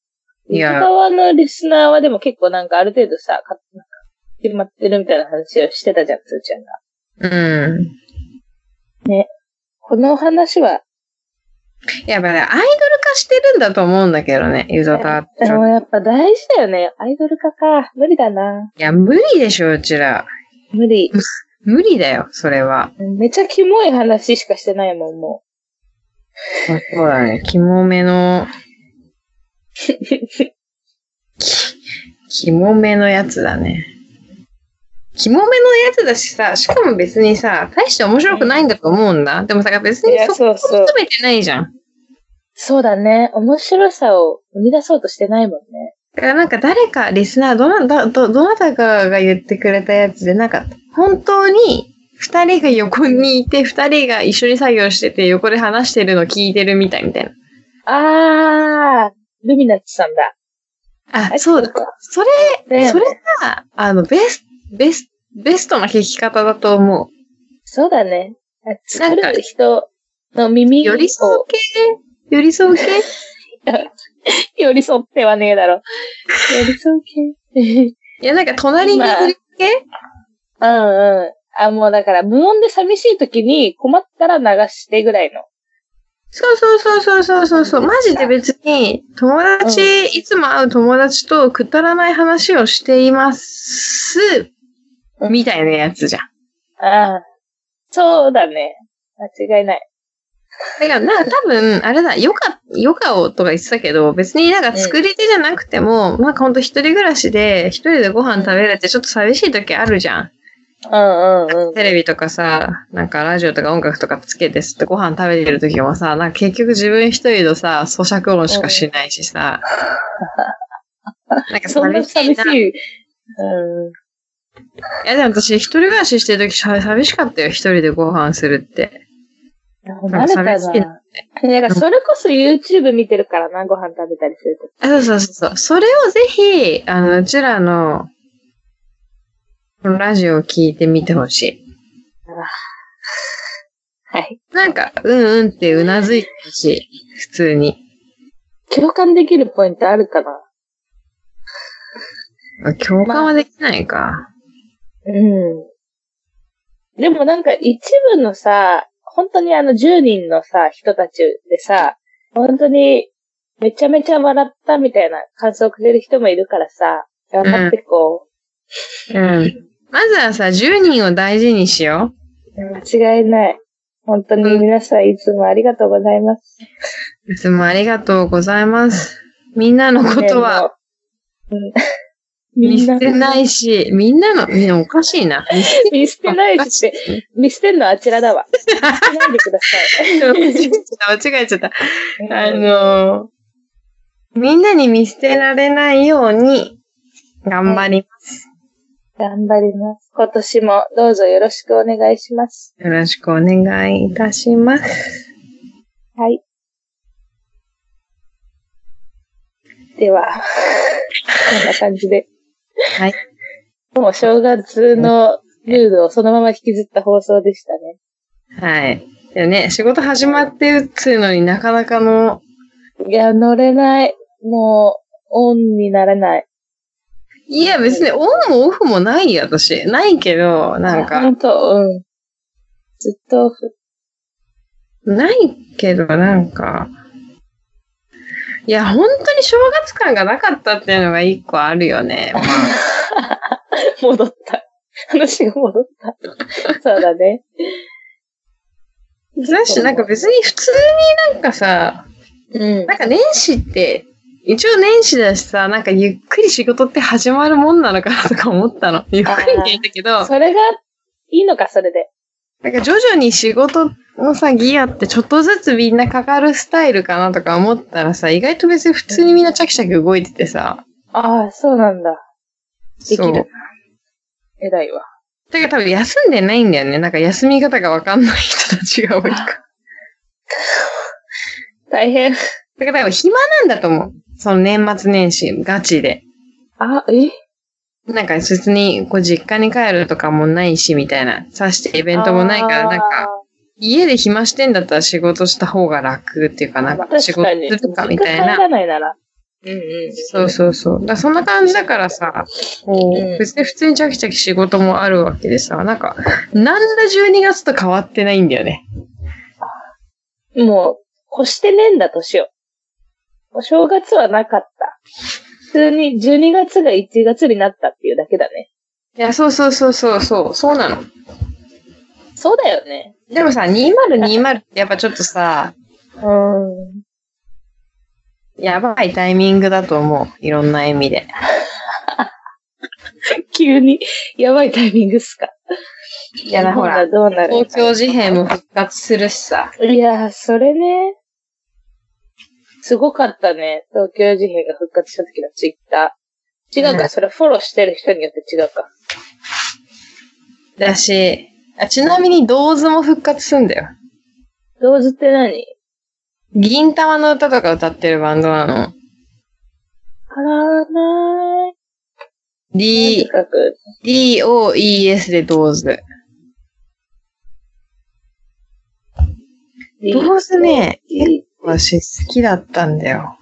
ゆとたわのリスナーはでも結構なんかある程度さ、決まってるみたいな話をしてたじゃん、つーちゃんが。 うん。 ね。この話は。 やっぱね、アイドル化してるんだと思うんだけどね、ゆとたわって。 でもやっぱ大事だよね。アイドル化か。無理だな。 いや、無理でしょ、うちら。 無理。 無理だよ、それは。 めちゃキモい話しかしてないもん、もう。そうだね、キモめの、キモめのやつだね。キモめのやつだしさ、しかも別にさ、大して面白くないんだと思うんだ。でもさ、別にそこを求めてないじゃん。 そうだね。面白さを生み出そうとしてないもんね。 だからなんか誰かリスナー、どなたかが言ってくれたやつで、なんか本当に二人が横にいて、二人が一緒に作業してて、横で話してるの聞いてるみたいな。 ルミナッチさんだ。 そうだ。それが、ベストな聞き方だと思う。 そうだね。作る人の耳を。 寄り添う系寄り添寄り添ってはねえだろ。寄り添う系いや、なんか隣にいる系もうだから無音で寂しい時に困ったら流してぐらいの。 そう。マジで別に、いつも会う友達とくだらない話をしています。みたいなやつじゃん。 そうだね。間違いない。 だから多分、あれだ、ヨガをとか言ってたけど、別になんか作り手じゃなくても、なんかほんと一人暮らしで、一人でご飯食べれてちょっと寂しい時あるじゃん。テレビとかさ、なんかラジオとか音楽とかつけてご飯食べてる時もさ、なんか結局自分一人のさ、咀嚼音しかしないしさ。なんか寂しいな。いやでも私一人暮らししてる時寂しかったよ、一人でご飯するって。 慣れたな。だからそれこそ YouTube 見てるからな、ご飯食べたりすると。 そう。それをぜひ、うちらの、このラジオを聞いてみてほしい。 はい。 なんか、うんってうなずいてほしい。普通に。 共感できるポイントあるかな？ 共感はできないか。 でもなんか一部のさ、本当に10人のさ、人たちでさ、本当にめちゃめちゃ笑ったみたいな感想をくれる人もいるからさ、頑張ってこう。まずはさ、10人を大事にしよう。間違いない。本当に皆さんいつもありがとうございます。 いつもありがとうございます。みんなのことは、見捨てないし、みんなおかしいな。 見捨てないしって、見捨てるのはあちらだわ。見捨てないでください。 間違えちゃった。みんなに見捨てられないように、頑張ります。 頑張ります。今年もどうぞよろしくお願いします。 よろしくお願いいたします。 はい。では、こんな感じで。 はい。 もう正月のムードをそのまま引きずった放送でしたね。 はい。でもね、仕事始まってるっつうのになかなかの。 いや、乗れない。もう、オンにならない。 いや、別にオンもオフもないよ、私。ないけど、なんか。 ほんと、ずっとオフ。 ないけど、なんか。いや、本当に正月感がなかったっていうのが一個あるよね。 戻った。話が戻った。そうだね。 だし、なんか別に普通になんかさ、なんか年始って一応年始だしさ、なんかゆっくり仕事って始まるもんなのかなとか思ったの。ゆっくりって言うんだけど。 それがいいのか、それで。 なんか徐々に仕事のさ、ギアってちょっとずつみんなかかるスタイルかなとか思ったらさ、意外と別に普通にみんなチャキチャキ動いててさ。 ああ、そうなんだ。できる。偉いわ。 だから多分休んでないんだよね。なんか休み方がわかんない人たちが多いか。 大変。だから多分暇なんだと思う。その年末年始、ガチで。なんか別にこう実家に帰るとかもないしみたいな。さしてイベントもないから、なんか家で暇してんだったら仕事した方が楽っていうかなんか仕事するかみたいな。 帰らないなら。 そうそうそう。だそんな感じだからさ、こう、別に普通にチャキチャキ仕事もあるわけでさ、なんか、なんだ12月と変わってないんだよね。 もう、越してねえんだ、年を。お正月はなかった。普通に12月が1月になったっていうだけだね。 いや、そうなの。 そうだよね。 でもさ、2020ってやっぱちょっとさ、やばいタイミングだと思う。いろんな意味で。 急に、やばいタイミングっすか。 いや、ほら、 どうなる東京事変も復活するしさ。 いや、それね。すごかったね。東京事変が復活した時のツイッター。違うか、それフォローしてる人によって違うか。 だし、ちなみに、ドーズも復活すんだよ。 ドーズって何？ 銀玉の歌とか歌ってるバンドなの。 わからない。 DOES でドーズ。ドーズね、結構私好きだったんだよ。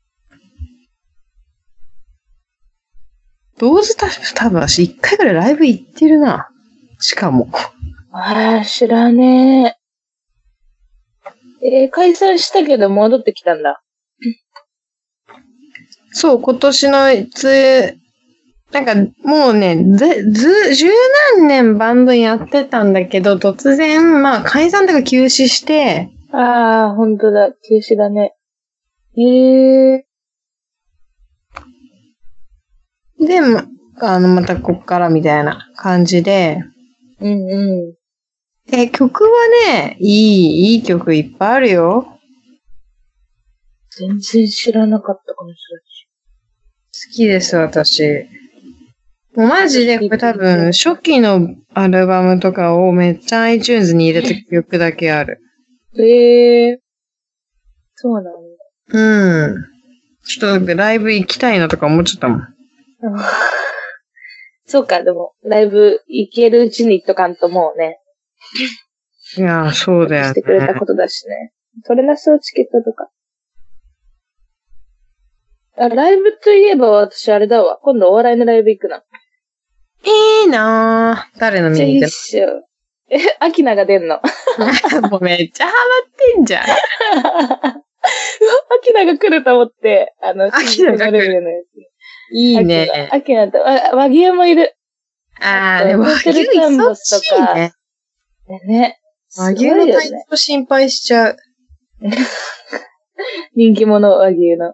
ドーズ多分私1回ぐらいライブ行ってるな。しかも。 知らねえ。解散したけど戻ってきたんだ。 そう、今年のなんかもうね、十何年バンドやってたんだけど、突然、まあ解散とか休止して。 ほんとだ、休止だね。 で、またこっからみたいな感じで。曲はね、いい曲いっぱいあるよ。 全然知らなかったかもしれない。 好きです、私。もうマジで、これ多分、初期のアルバムとかをめっちゃ iTunes に入れた曲だけある。 そうなんだ。 ちょっとライブ行きたいなとか思っちゃったもん。 そうか、でも、ライブ行けるうちに行っとかんともうね。 いや、そうだよね。 してくれたことだしね。取れなそうチケットとか。ライブといえば私あれだわ。今度お笑いのライブ行くな。 いいなぁ。誰の見に行くの？アキナが出んの。 もうめっちゃハマってんじゃん。 アキナが来ると思って、 アキナが来る。いいね。 アキナと、和牛もいる。 でも和牛忙しいね。 ね。 和牛の体調心配しちゃう。 人気者、和牛の。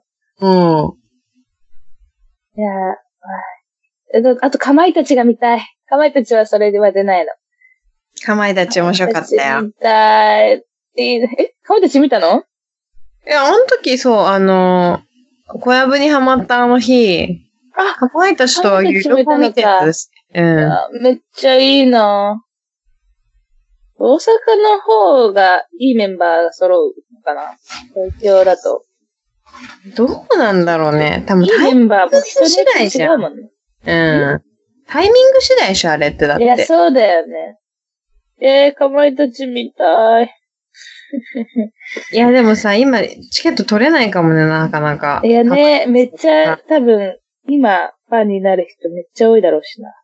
いやあと、かまいたちが見たい。かまいたちはそれでは出ないの。 かまいたち面白かったよ。 見たい。かまいたち見たの？ あの時そう、小籔にハマったあの日、かまいたちとは有力見てるんです。 めっちゃいいな。大阪の方がいいメンバーが揃うのかな？東京だと。 どうなんだろうね。多分メンバーも人次第じゃん。 タイミング次第でしょ、あれってだって。 いや、そうだよね。かまいたち見たい。 いや、でもさ、今、チケット取れないかもね、なかなか。 いやね、めっちゃ、多分、今、ファンになる人めっちゃ多いだろうしな。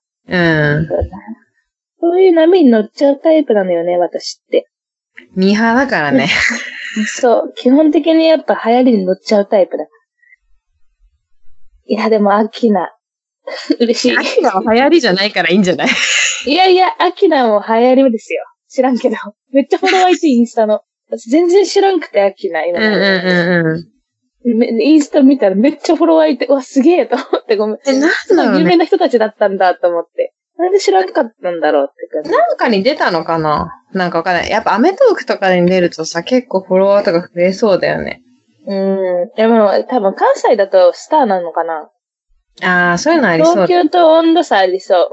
そういう波に乗っちゃうタイプなのよね、私って。 ミーハーだからね。 そう、基本的にやっぱ流行りに乗っちゃうタイプだ。いや、でも、アキナ。嬉しい。 アキナは流行りじゃないからいいんじゃない？ いやいや、アキナも流行りですよ。知らんけど。めっちゃフォロワーいて、インスタの。私全然知らんくて、アキナ、今。 インスタ見たらめっちゃフォロワーいて、うわ、すげえと思ってごめん。 なんだろうね。 有名な人たちだったんだと思って。なんで知らなかったんだろうって感じ。 なんかに出たのかななんかわかんない。やっぱアメトークとかに出るとさ、結構フォロワーとか増えそうだよね。 でも多分関西だとスターなのかな。 ああ、そういうのありそうだ。 東京と温度差ありそう。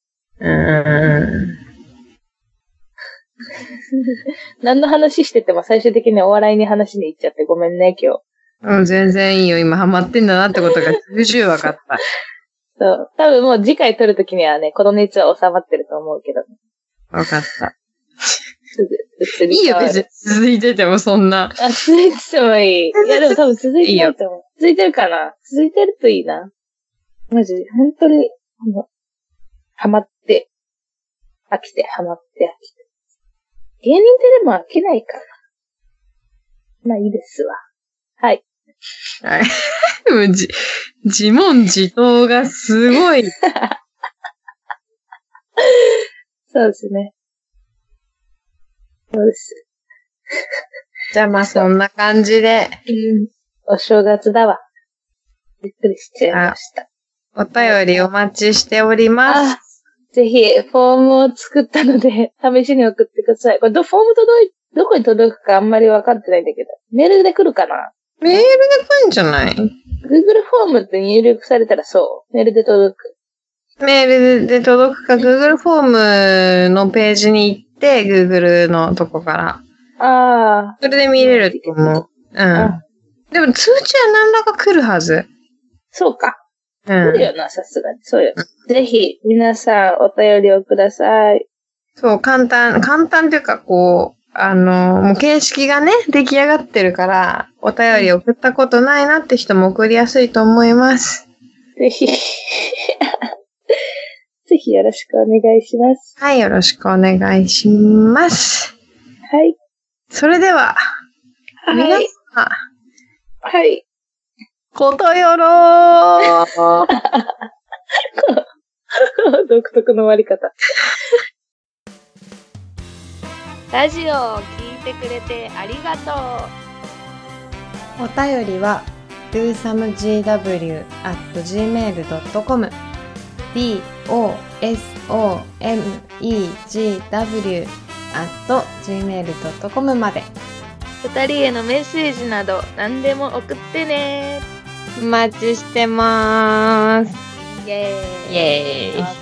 何の話してても最終的にお笑いに話に行っちゃってごめんね、今日。全然いいよ。今ハマってんだなってことが重々分かった。 そう。多分もう次回撮るときにはね、この熱は収まってると思うけど。 分かった。いいよ、別に続いててもそんな。 続いててもいい。いや、でも多分続いてないと思う。続いてるかな？続いてるといいな。マジ、本当に、ハマって、飽きて、ハマって、飽きて。芸人ってでも飽きないから。まあいいですわ。はい。 はい。でも自問自答がすごい。 そうですね。そうです。 じゃあまあそんな感じで。 お正月だわ。びっくりしちゃいました。 お便りお待ちしております。 ぜひ、フォームを作ったので、試しに送ってください。これフォームどこに届くかあんまり分かってないんだけど。メールで来るかな？ メールで来るんじゃない？ Google フォームって入力されたらそう。メールで届く。 メールで届くか、Google フォームのページに行って、Google のとこから。それで見れると思う。でも通知は何らか来るはず。 そうか。来るよな、さすがに。そうよ。ぜひ、皆さんお便りをください。 そう、簡単というか、こう、もう形式がね、出来上がってるから、お便り送ったことないなって人も送りやすいと思います。 ぜひ。ぜひよろしくお願いします。 はい、よろしくお願いします。 はい。 それでは、 はい。皆様、はい。 ことよろー独特の終わり方。ラジオを聞いてくれてありがとう。お便りは dosomegw@gmail.com dosomegw@gmail.com まで。 2人へのメッセージなど何でも送ってね。 お待ちしてまーす。 イェーイ。 イェーイ。